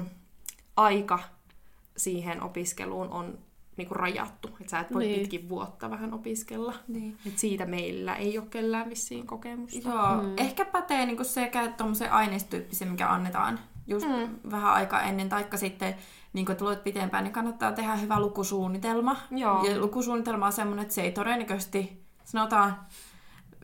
aika siihen opiskeluun on niinku rajattu. Että sä et voi pitkin vuotta vähän opiskella. Niin. Et siitä meillä ei ole kellään vissiin kokemusta. Joo, ehkä pätee niinku sekä tuommoisen aineistyyppisen, mikä annetaan just vähän aikaa ennen, taikka sitten, niin että luet pitempään, niin kannattaa tehdä hyvä lukusuunnitelma. Joo. Ja lukusuunnitelma on semmoinen, että se ei todennäköisesti, sanotaan,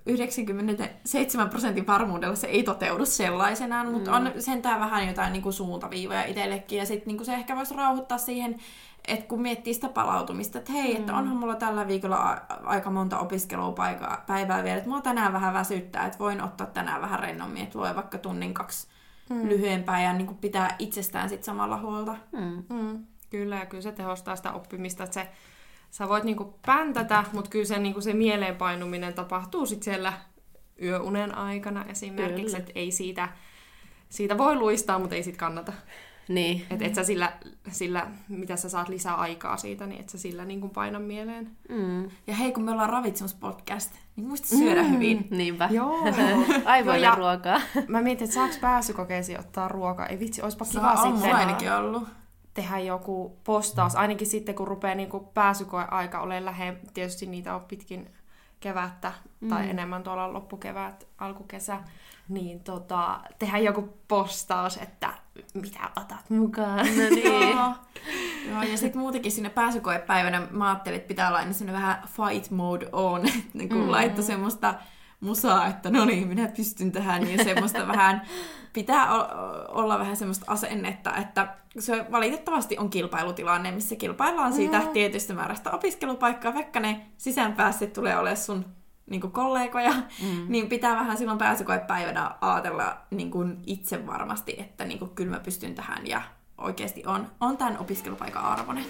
97% varmuudella se ei toteudu sellaisenaan, mutta on sentään vähän jotain niin kuin suuntaviivoja itsellekin. Ja sitten niin se ehkä voisi rauhoittaa siihen, että kun miettii sitä palautumista, että hei, että onhan mulla tällä viikolla aika monta opiskelupäivää vielä, että mua tänään vähän väsyttää, että voin ottaa tänään vähän rennommin, että voi vaikka tunnin 2 lyhyempää ja niin kuin pitää itsestään sit samalla huolta. Kyllä, ja kyllä se tehostaa sitä oppimista, että sä voit niinku päntätä, mutta kyllä se, niinku se mieleenpainuminen tapahtuu sit siellä yöunen aikana esimerkiksi, että ei siitä voi luistaa, mutta ei siitä kannata. Niin. Että et sä sillä, mitä sä saat lisää aikaa siitä, niin et sä sillä niinku paina mieleen. Ja hei, kun me ollaan ravitsemuspodcast, niin muista syödä hyvin. Niinpä. Joo. Aivoille ruokaa. Mä mietin, että saaks pääsykokeisiin ottaa ruokaa. Ei vitsi, oispa kiva On sitten mulla ainakin ollut. tehdä joku postaus. Ainakin sitten, kun rupeaa niinku pääsykoeaika olemaan lähellä. Tietysti niitä on pitkin kevättä tai enemmän tuolla loppukevät, alkukesä. Niin tehdä joku postaus, että mitä otat mukaan. No niin. Joo, ja sitten muutenkin sinne pääsykoepäivänä mä ajattelin, että pitää olla aina sinne vähän fight mode on, että niin laittoi semmoista musaa, että no niin, minä pystyn tähän, ja semmoista vähän, pitää olla vähän semmoista asennetta, että se valitettavasti on kilpailutilanne, missä kilpaillaan siitä tietystä määrästä opiskelupaikkaa, vaikka ne sisäänpäässeet tulee olemaan sun niin kollegoja, niin pitää vähän silloin pääsykoepäivänä ajatella niin itse varmasti, että niin kyllä mä pystyn tähän ja oikeasti on tämän opiskelupaikan arvoinen.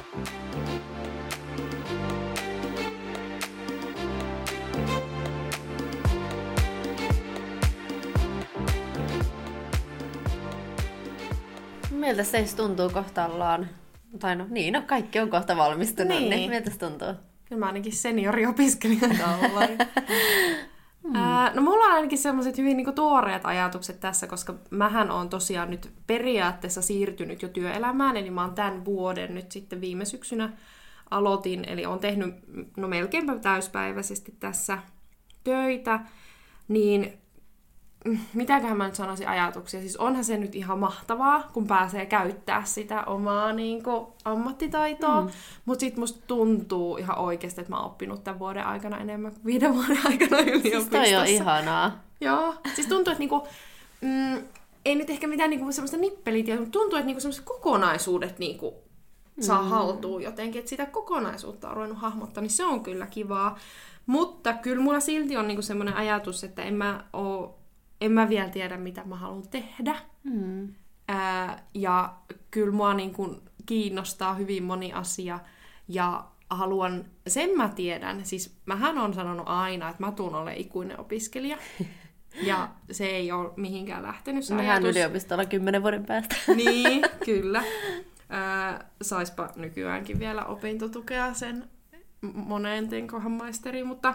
Miltä se tuntuu kohta ollaan? Tai no kaikki on kohta valmistunut, niin miltä se tuntuu? Kyllä mä ainakin senioriopiskelijana ollaan. No mulla on ainakin sellaiset hyvin niinku tuoreet ajatukset tässä, koska mähän on tosiaan nyt periaatteessa siirtynyt jo työelämään, eli mä oon tämän vuoden nyt sitten viime syksynä aloitin, eli oon tehnyt melkeinpä täyspäiväisesti tässä töitä, niin mitäköhän mä nyt sanoisin ajatuksia. Siis onhan se nyt ihan mahtavaa, kun pääsee käyttää sitä omaa niinku ammattitaitoa, mutta sit musta tuntuu ihan oikeasti, että mä oon oppinut tämän vuoden aikana enemmän kuin 5 vuoden aikana yliopistossa. Siis toi on ihanaa. Joo, siis tuntuu, että niinku, ei nyt ehkä mitään niinku semmoista nippelitietoa, mutta tuntuu, että niinku semmoiset kokonaisuudet niinku saa haltuun jotenkin, että sitä kokonaisuutta on ruvennut hahmottaa, niin se on kyllä kivaa. Mutta kyllä mulla silti on niinku semmoinen ajatus, että en mä vielä tiedä, mitä mä haluan tehdä. Ja kyllä mua niinku kiinnostaa hyvin moni asia. Ja sen mä tiedän, siis mähän on sanonut aina, että mä tuun olemaan ikuinen opiskelija. Ja se ei ole mihinkään lähtenyt se ajatus. Mehän yliopistolla 10 vuoden päästä. Niin, kyllä. Saispa nykyäänkin vielä opintotukea sen moneen tenkohan maisteriin, mutta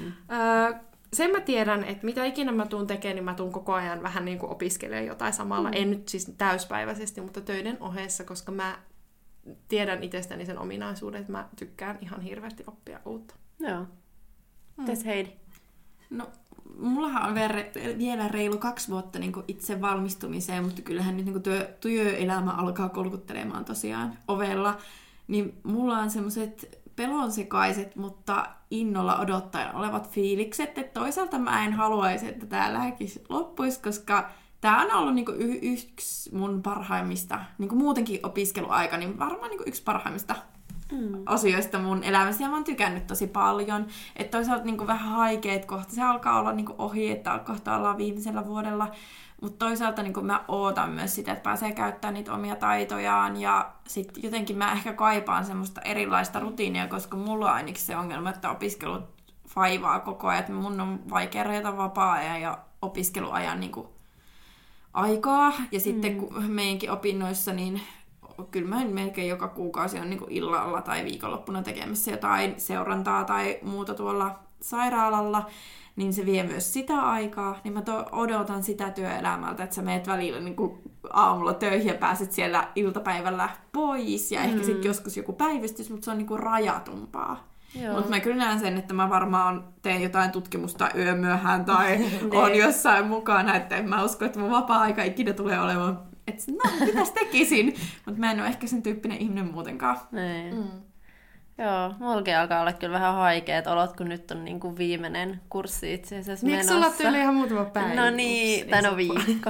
sen mä tiedän, että mitä ikinä mä tuun tekemään, niin mä tuun koko ajan vähän niin kuin opiskelemaan jotain samalla. En nyt siis täyspäiväisesti, mutta töiden ohessa, koska mä tiedän itsestäni sen ominaisuuden, että mä tykkään ihan hirveästi oppia uutta. Joo. Mites Heidi? No, mullahan on vielä reilu 2 vuotta niin kuin itse valmistumiseen, mutta kyllähän nyt niin kuin työelämä alkaa kolkuttelemaan tosiaan ovella. Niin mulla on semmoiset pelonsekaiset, mutta innolla odottaen olevat fiilikset, että toisaalta mä en haluaisi, että tää lääkis loppuisi, koska tää on ollut niinku yksi mun parhaimmista, niinku muutenkin opiskeluaika, niin varmaan niinku yksi parhaimmista asioista mun elämässä, ja mä oon tykännyt tosi paljon. Että toisaalta niinku vähän haikeet kohta, se alkaa olla niinku ohi, että kohta ollaan viimeisellä vuodella, mutta toisaalta niin mä ootan myös sitä, että pääsee käyttämään niitä omia taitojaan, ja sitten jotenkin mä ehkä kaipaan semmoista erilaista rutiinia, koska mulla on ainakin se ongelma, että opiskelu vaivaa koko ajan, että mun on vaikea rajata vapaa-ajan ja opiskeluajan niin kuin aikaa, ja sitten kun meidänkin opinnoissa, niin kyllä mä melkein joka kuukausi on niin kuin illalla tai viikonloppuna tekemässä jotain seurantaa tai muuta tuolla sairaalalla, niin se vie myös sitä aikaa, niin mä odotan sitä työelämältä, että sä meet välillä niin kuin aamulla töihin ja pääset siellä iltapäivällä pois, ja ehkä sitten joskus joku päivystys, mutta se on niin kuin rajatumpaa. Mutta mä kyllä näen sen, että mä varmaan teen jotain tutkimusta yömyöhään tai on jossain mukana, että en mä usko, että mun vapaa-aika ikinä tulee olemaan, että no, mitäs tekisin? Mutta mä en ole ehkä sen tyyppinen ihminen muutenkaan. Joo, mullakin alkaa olla kyllä vähän haikeet olot, kun nyt on niin kuin viimeinen kurssi itse asiassa menossa. Miksi sulla tyyli ihan muutama päivä? No niin, tai no viikko.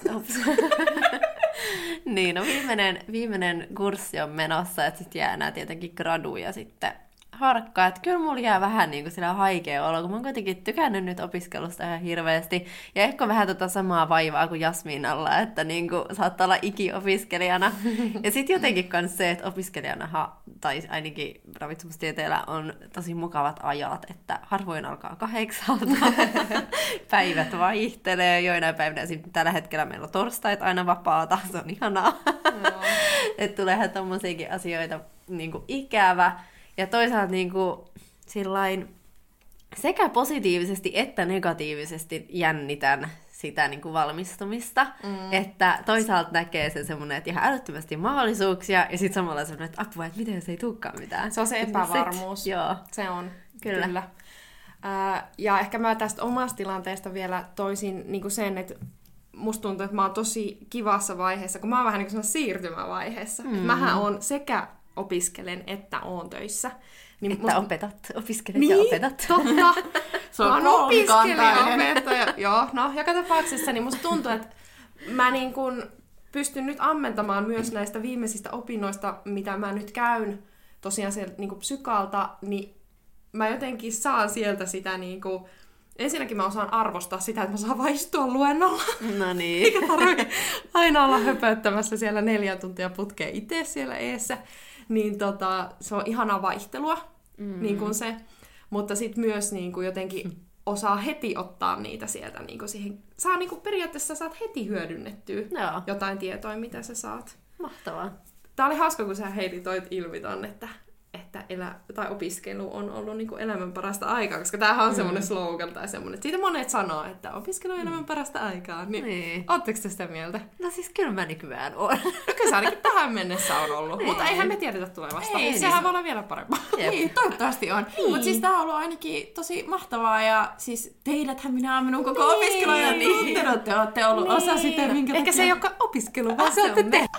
Niin, no viimeinen kurssi on menossa, että sitten jää nämä tietenkin gradu ja sitten harkkaa. Että kyllä mulla jää vähän niin kuin sillä haikea olo, kun mä oon kuitenkin tykännyt nyt opiskelusta ihan hirveästi. Ja ehkä vähän samaa vaivaa kuin Jasminalla, että niin kuin saattaa olla ikiopiskelijana. Ja sitten jotenkin kans se, että opiskelijana, tai ainakin ravitsemustieteellä on tosi mukavat ajat, että harvoin alkaa 8, päivät vaihtelee, joinain päivinä. Sitten tällä hetkellä meillä on torstait aina vapaata, se on ihanaa. Että tuleehan tommosiakin asioita niin kuin ikävä. Ja toisaalta niin kuin, sillain, sekä positiivisesti että negatiivisesti jännitän sitä niin kuin valmistumista. Että toisaalta näkee se semmoinen, että ihan älyttömästi mahdollisuuksia, ja sitten samalla semmoinen, että apua, että miten se ei tulekaan mitään. Se on se epävarmuus. Joo. Se on, kyllä. Ja ehkä mä tästä omasta tilanteesta vielä toisin niin kuin sen, että musta tuntuu, että mä oon tosi kivassa vaiheessa, kun mä oon vähän niin kuin siirtymävaiheessa. Mähän on sekä opiskelen, että oon töissä. Niin että opiskelet ja opetat. Totta. Se on mä oon opiskelija-opettaja. Joo, no joka tapauksessa niin musta tuntuu, että mä niin kun pystyn nyt ammentamaan myös näistä viimeisistä opinnoista, mitä mä nyt käyn tosiaan sieltä niin kuin psykalta, niin mä jotenkin saan sieltä sitä niin kuin, ensinnäkin mä osaan arvostaa sitä, että mä saan vaan istua luennolla. No niin. Eikä tarvitse aina olla höpöttämässä siellä 4 tuntia putkeen itse siellä eessä. Niin se on ihanaa vaihtelua, niin kuin se. Mutta sitten myös niin kuin jotenkin osaa heti ottaa niitä sieltä. Niin kuin siihen, saa niin kuin periaatteessa saat heti hyödynnettyä jotain tietoa, mitä sä saat. Mahtavaa. Tää oli hauska, kun sä Heidi toit ilmi ton, että opiskelu on ollut niinku elämän parasta aikaa, koska tämähän on semmoinen slogan tai semmoinen, että siitä monet sanoo, että opiskelu on elämän parasta aikaa. Niin. Ootteko te sitä mieltä? No siis kyllä mä nykyään on. No kyllä se ainakin tähän mennessä on ollut, mutta eihän me tiedetä tulevasta. Sehän voi olla vielä parempaa. Niin, toivottavasti on. Mutta siis tää on ollut ainakin tosi mahtavaa ja siis teidäthän minä olen minun koko opiskeluajan tuntenut. Te olette ollut osa sitä, minkä Ehkä se ei olekaan opiskelu, vaan se olette te.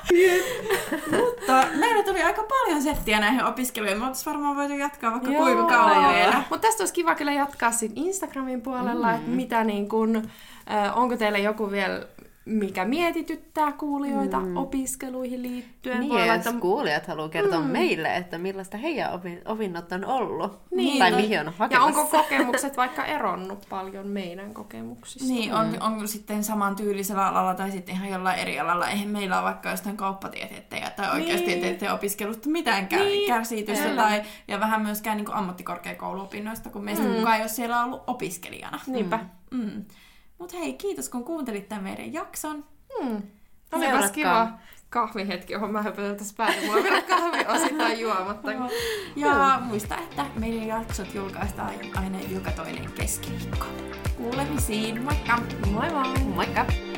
Mutta meillä tuli aika paljon settiä näihin opiskeluihin. Me oltaisiin varmaan voitu jatkaa vaikka kuinka kauan vielä. Mutta tästä olisi kiva kyllä jatkaa sitten Instagramin puolella, että mitä niin kun, onko teillä joku vielä, mikä mietityttää kuulijoita opiskeluihin liittyen. Niin, jos kuulijat haluaa kertoa meille, että millaista heidän opinnot on ollut. Niin, tai mihin on hakemassa. Ja onko kokemukset vaikka eronnut paljon meidän kokemuksista? Niin, onko sitten saman tyylisellä alalla tai sitten ihan jollain eri alalla. Eihän meillä ole vaikka jostain kauppatieteettejä tai oikeustieteetteen opiskelusta mitään kärsitystä. Ja vähän myöskään niin kuin ammattikorkeakouluopinnoista, kun meistä kukaan ei ole siellä ollut opiskelijana. Niinpä. Mutta hei, kiitos kun kuuntelit tämän meidän jakson. Olipas kiva kahvihetki, johon mä höpöteltäisiin päälle. Mulla on vielä kahvi osittain juomatta. Ja muista, että meidän jaksot julkaistaan aina joka toinen keskiviikko. Kuulemisiin, moikka! Moi moi! Moikka!